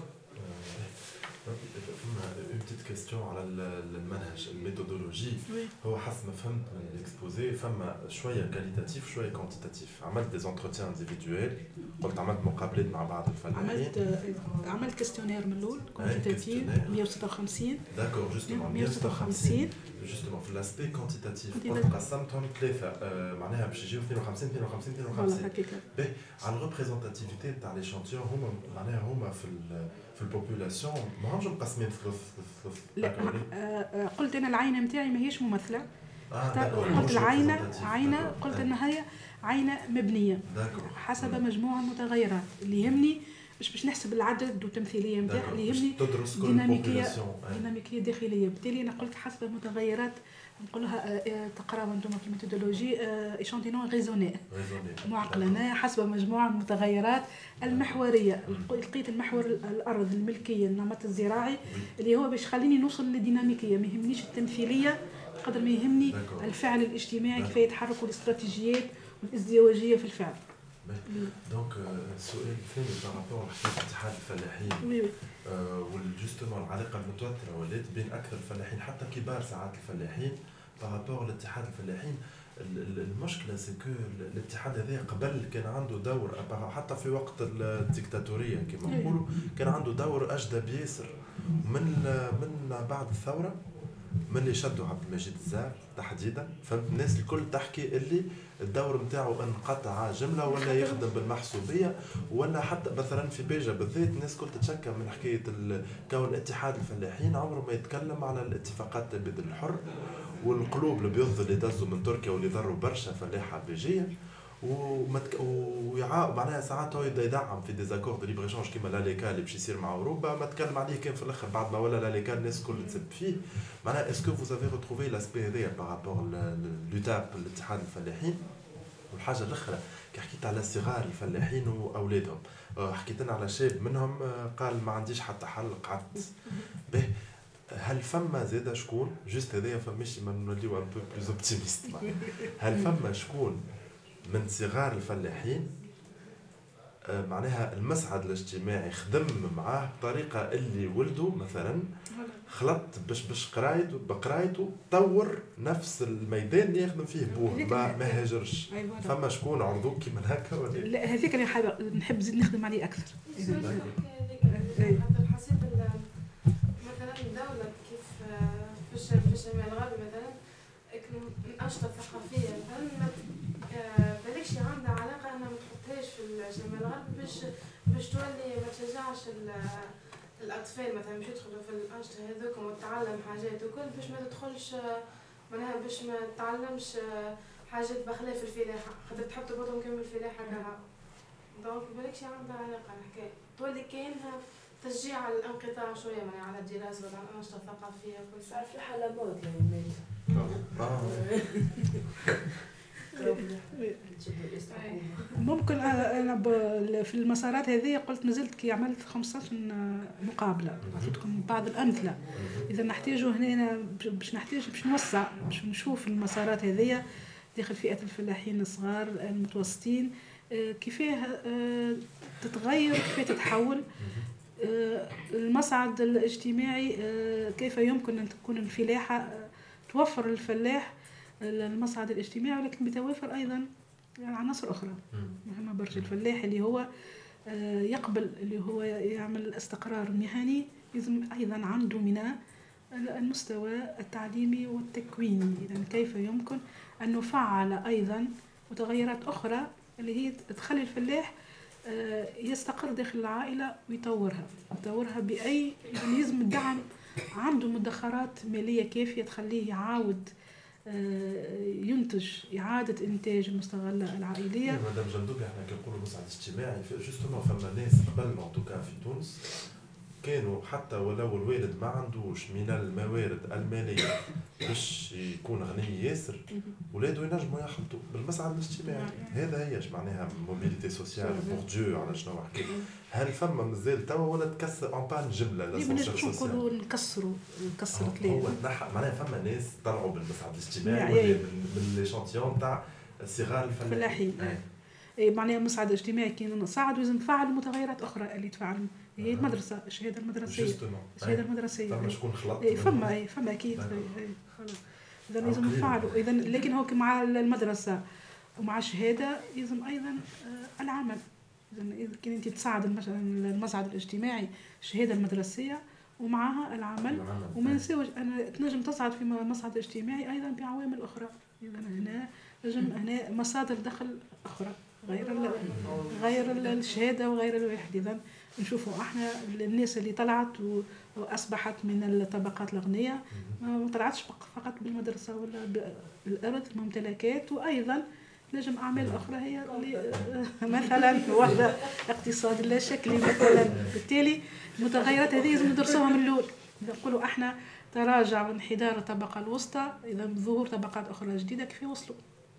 une petite question على المنهج الميثودولوجي. هو حسب ما فهمت من الاكسبوزي فما شويه كاليتاتيف شويه كوانتيتاتيف. عملت دي زونتروتيان انديفيدويل، قلت عملت مقابلات مع بعض الفلاحين، عملت كاستيونير من الاول كوانتيتاتيف 156. داكور جوستومون 156 جوستومون في الاسبي كوانتيتاتيف قلت قسمتهم ثلاثه، معناها باش يجيو 52 52 52. على الريبريزونتاتيفيتي تاع لي شانتيون هما معناها هما في البوبولاسيون ماهمش مقسمين ثلث. لا قلت انا العينه نتاعي ماهيش ممثله، قلت العينة قلت أنها هي عينة مبنية حسب مجموعة متغيرات. اللي يهمني مش باش نحسب العدد والتمثيلية نتاعها، اللي يهمني ديناميكية داخلية. بالتالي أنا قلت حسب متغيرات نقولها تقراو انتم في الميثودولوجي ايشانتينون ريزوني معقلة حسب مجموعة من المتغيرات المحورية. لقيت المحور الأرض الملكية النمط الزراعي اللي هو باش خليني نوصل للديناميكية. ما يهمنيش التمثيلية قدر ما يهمني الفعل الاجتماعي كيف يتحركوا الاستراتيجيات والازدواجية في الفعل. دونك السؤال الثاني بارابور لحكايه اتحاد الفلاحين والجوستومون العلاقه المتوتره ولات بين اكثر الفلاحين حتى كبار ساعات الفلاحين بارابور لاتحاد الفلاحين. المشكله سكو الاتحاد هذا قبل كان عنده دور حتى في وقت الديكتاتوريه كما نقولوا كان عنده دور اجدى بياسر. من بعد الثوره من اللي شدوا عبد المجيد الزار تحديدا فهمت الناس الكل تحكي اللي الدور نتاعو انقطع جمله ولا يخدم بالمحسوبيه ولا حتى مثلا في بيجا بالذات الناس كل تتشكى من حكايه كون اتحاد الفلاحين عمره ما يتكلم على الاتفاقات البذل الحر والقلوب البيض اللي دزوا من تركيا واللي ضروا برشا فلاحه بيجيه معناها ساعات هو يبدا يدعم في ديزاكور دو ليبر ايشانج كيما لاليكا اللي باش يصير مع اوروبا ما تكلم عليه كان في الاخر بعد ما ولا لاليكا الناس كل تسب فيه. معناها اسكو فوز افي ريتروفي لاسبي هذايا بارابور لوتاب الاتحاد الفلاحين. والحاجه الاخرى كي حكيت على صغار الفلاحين واولادهم حكيت لنا على شاب منهم قال ما عنديش حتى حل قعدت به. هل فما زاده شكون جوست هذايا فماش ما نوليو ان بو بلوز اوبتيميست هل فما شكون من صغار الفلاحين معناها المسعد الاجتماعي خدم معاه بطريقه اللي ولده مثلا خلط باش قرايته طور نفس الميدان اللي يخدم فيه بوه ما هاجرش. فما شكون عرضوك كيما هكا ولا لا هذيك اللي نحب نزيد نخدم عليه اكثر. حسيت مثلا الدوله كيف في الشمال الغربي مثلا الأنشطة الثقافية مثلا بالكش عندها علاقة أنها ما تحطهاش في الشمال الغربي باش تولي ما تشجعش الأطفال مثلا باش يدخلوا في الأنشطة هذوكم وتتعلم حاجات وكل باش ما تدخلش معناها باش ما تتعلمش حاجات بخلاف الفلاحة خاطر تحب تربطهم كامل بالفلاحة كها. دونك بالكش عندها علاقة الحكاية تولي كاينها تشجيع على الانقطاع شوية معناها على الدراسة وعلى الأنشطة الثقافية وكل صار في حالة موت للميت. ممكن انا في المسارات هذه قلت نزلت كي عملت 15 مقابله نعطيكم بعض الامثله اذا نحتاجوا هنا باش نوسع باش نشوف المسارات هذه داخل فئه الفلاحين الصغار المتوسطين كيفاه تتغير كيفاه تتحول المصعد الاجتماعي كيف يمكن ان تكون الفلاحه توفر للفلاح المصعد الاجتماعي ولكن بتوافر ايضا عناصر اخرى مهمه برشا. الفلاح اللي هو يقبل اللي هو يعمل الاستقرار المهني لازم ايضا عنده من المستوى التعليمي والتكويني. اذا كيف يمكن ان نفعل ايضا متغيرات اخرى اللي هي تخلي الفلاح يستقر داخل العائله ويطورها باي لازم الدعم عنده مدخرات ماليه كافيه تخليه يعاود ينتج إعادة إنتاج المستغلة العائلية. مدام جندوبي احنا كنقولوا مساعد اجتماعي جوستومون فما ناس قبل ان توكا في تونس كانوا حتى ولو الوالد ما عندوش من الموارد المالية باش يكون غني ياسر ولاده ينجموا يخلطوا بالمسعد الاجتماعي. هذا هيش معناها موبيليتي سوسيال بور ديو على شنو حكيت. هل فما مازال توا ولا تكسر اون بان جمله لاسونسيال سوسيال نقولوا نكسر هو معناها فما ناس طلعوا بالمسعد الاجتماعي من ليشانتيون تاع صغار الفلاحين معناها المسعد الاجتماعي كي نصعد لازم نفعل متغيرات اخرى اللي تفعل هي المدرسه الشهاده المدرسيه فما شكون خلط فما اكيد خلاص اذا لازم نفعلوا اذا لكن هو مع المدرسه ومع الشهاده لازم ايضا العمل. اذا كان انت تساعد المسعد الاجتماعي الشهاده المدرسيه ومعها العمل وما نساوش انا تنجم تصعد في المسعد الاجتماعي ايضا بعوامل اخرى. اذا هنا هنا مصادر دخل اخرى غير الشهاده وغير الواحد. اذا نشوفوا احنا الناس اللي طلعت واصبحت من الطبقات الغنيه ما طلعتش فقط بالمدرسه ولا بالارض ممتلكات، وايضا نجم اعمال اخرى هي اللي مثلا وضع اقتصاد لا شكلي مثلا. بالتالي المتغيرات هذه لازم ندرسوها من الاول. نقولوا احنا تراجع وانحدار الطبقه الوسطى، اذا ظهور طبقات اخرى جديده كيف يوصلوا.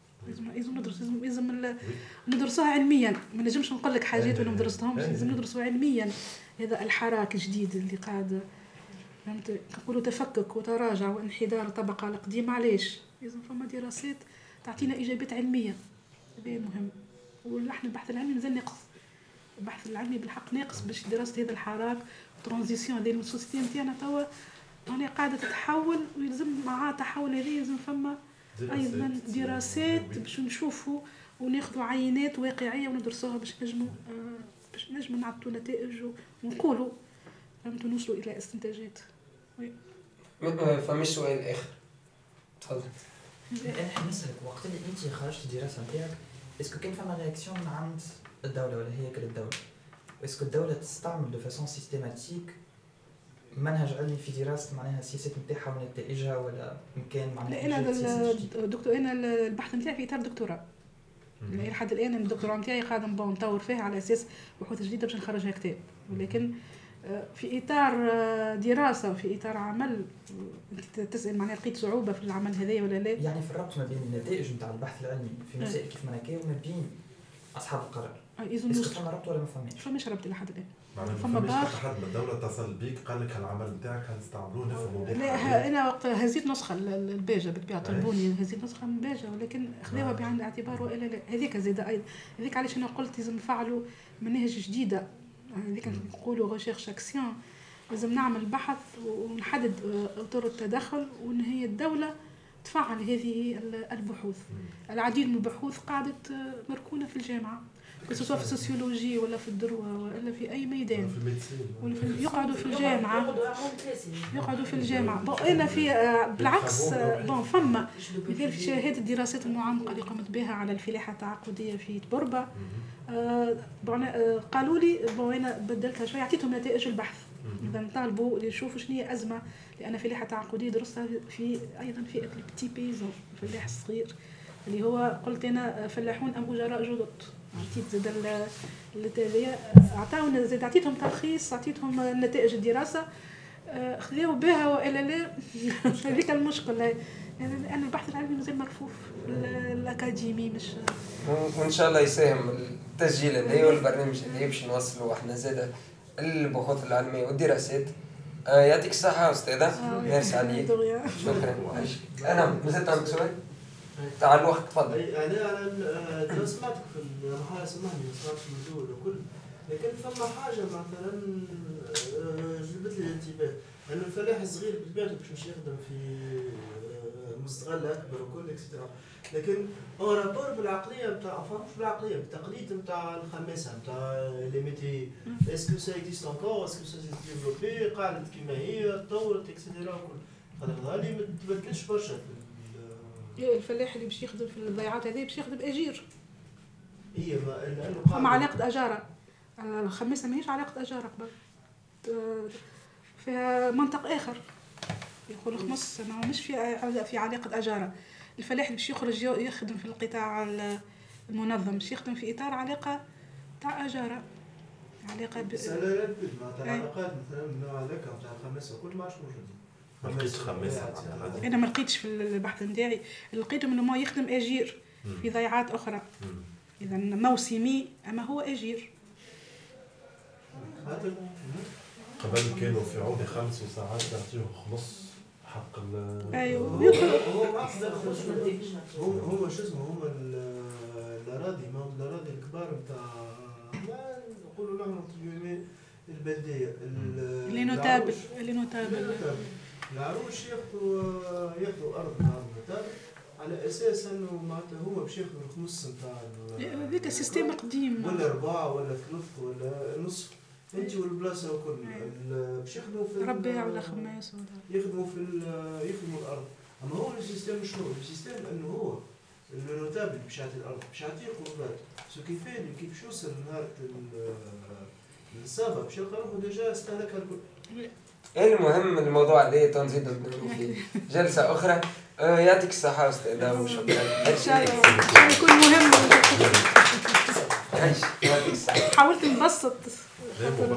لازم ندرسوها علميا. ما نجمش نقول لك حاجات وانا ما درستهمش، لازم ندرسوها علميا. هذا الحراك الجديد اللي قاعد فهمت نقولوا تفكك وتراجع وانحدار الطبقه القديمه. علاش؟ لازم فما دراسات تعطينا اجابات علميه. هذا مهم. ونحن البحث العلمي مازال ناقص. البحث العلمي بالحق ناقص باش دراسه هذا الحراك والترانزيسيون هذه السوسيتي نتاعنا توا راني قاعده تتحول، ويلزم معها تحول هذه لازم فما ايضا دراسات باش نشوفوا وناخذوا عينات واقعيه وندرسوها باش نجموا نعطوا نتائج ونقولوا فهمتوا نوصلوا الى استنتاجات. فمش سؤال اخر تفضل. انا نسالك وقت اللي انت خرجت الدراسه نتاعك اسكو كان فما رياكسيون من عند الدوله ولا هيكل الدوله؟ اسكو الدوله تستعمل دو فاسون سيستيماتيك منهج علمي في دراسه معناها السياسات نتاعها ونتائجها، ولا كان معناها انا دكتور انا البحث نتاعي في اطار دكتوراه لحد الان. الدكتوراه نتاعي قاعده نطور فيها على اساس بحوث جديده باش نخرجها كتاب، ولكن في اطار دراسه وفي اطار عمل. انت تسال معناها لقيت صعوبه في العمل هذايا ولا لا؟ يعني في الربط ما بين النتائج نتاع البحث العلمي في مسائل كيف ما كاين وما بين اصحاب القرار. اسكو فما ربط ولا ما فماش؟ فماش ربط لحد الان. فما باش حد من الدوله اتصل بيك قال لك هالعمل نتاعك هنستعملوه نفهموا به؟ لا انا وقت هزيت نسخه الباجه بالطبيعه طلبوني هزيت نسخه من باجه، ولكن خذوها بعين الاعتبار والا لا. هذيك زاده ايضا هذيك علاش انا قلت لازم نفعلوا مناهج جديده. هذيك نقولوا ريشيرش اكسيون. لازم نعمل بحث ونحدد اطر التدخل، وان هي الدوله تفعل هذه البحوث. العديد من البحوث قاعدت مركونه في الجامعه، سواء في السوسيولوجي ولا في الدروة ولا في أي ميدان، يقعدوا في الجامعة يقعدوا في الجامعة. أنا في بالعكس فما مثال في هذه الدراسات المعمقة اللي قمت بها على الفلاحة التعاقدية في تبربة. قالوا لي أنا بدلتها شوية، عطيتهم نتائج البحث. إذا طالبوا يشوفوا شنو هي أزمة، لأن فلاحة تعاقدية درستها في أيضا فئة البتي بيزون، الفلاح الصغير اللي هو قلت أنا فلاحون أم أجراء جدد. عطيت زاد التالية عطاونا زاد عطيتهم تلخيص، عطيتهم نتائج الدراسة خذوا بها والا لا. هذيك المشكلة. يعني أنا البحث العلمي مازال مرفوف الأكاديمي مش. وإن شاء الله يساهم التسجيل هذا والبرنامج هذا باش نوصلوا احنا زاد البحوث العلمية والدراسات. يعطيك الصحة أستاذة. ميرسي عليك. شكرا. أنا مازلت عندك سؤال؟ تعال الوقت تفضل. أنا سمعتك في المحاضرة، سمعتك من الأول وكل، لكن فما حاجة مثلا جلبت لي الانتباه، أنه الفلاح الصغير بطبيعته باش مش يخدم في مستغل أكبر وكل إكسترا، لكن أو رابور بالعقلية نتاع مش بالعقلية بالتقليد نتاع الخماسة نتاع لي ميتي. اسكو سا اكزيست انكور، اسكو سا ديفلوبي، قاعدة كيما هي تطورت إكسترا وكل. خاطر هذه ما تبدلش برشا. الفلاح اللي باش يخدم في الضيعات هذه باش يخدم اجير. هي فما علاقه اجاره. الخميسه ماهيش علاقه اجاره قبل، فيها منطق اخر يقول خمس ما مش في علاقه اجاره. الفلاح اللي باش يخرج يخدم في القطاع المنظم باش يخدم في اطار علاقه تاع اجاره، علاقه سلالات مع علاقات مثلا من نوع هذاك تاع الخميسه كل ما موجودين. انا ما لقيتش في البحث نتاعي، لقيته انه ما يخدم اجير في ضيعات اخرى. اذا موسمي اما هو اجير. قبل كانوا في عودة 5 ساعات يعطيهم خلص حق ايوه هو شو اسمه هو الاراضي ما الاراضي الكبار نتاع ما نقولوا لهم البلديه اللي نوتابل العروش ياخذوا ارض مع النوتابل على اساس انه معناتها هو باش ياخذ الخمس نتاع هذاك السيستم قديم ولا 4 ولا 3 ولا نصف انت والبلاصه وكل باش يخدموا في ربيع ولا خماس ولا يخدموا يخدموا الارض. اما هو السيستم شنو السيستم انه هو النوتابل باش يعطي الارض باش يعطيه قربات سو كيفاش يوصل نهار السابق باش يلقى روحه ديجا استهلكها الكل. المهم الموضوع هذا تنزيد في جلسة أخرى. يعطيك الصحة أستاذ وشكرا. إن شاء الله يكون مهم. يعطيك الصحة. حاولت نبسط.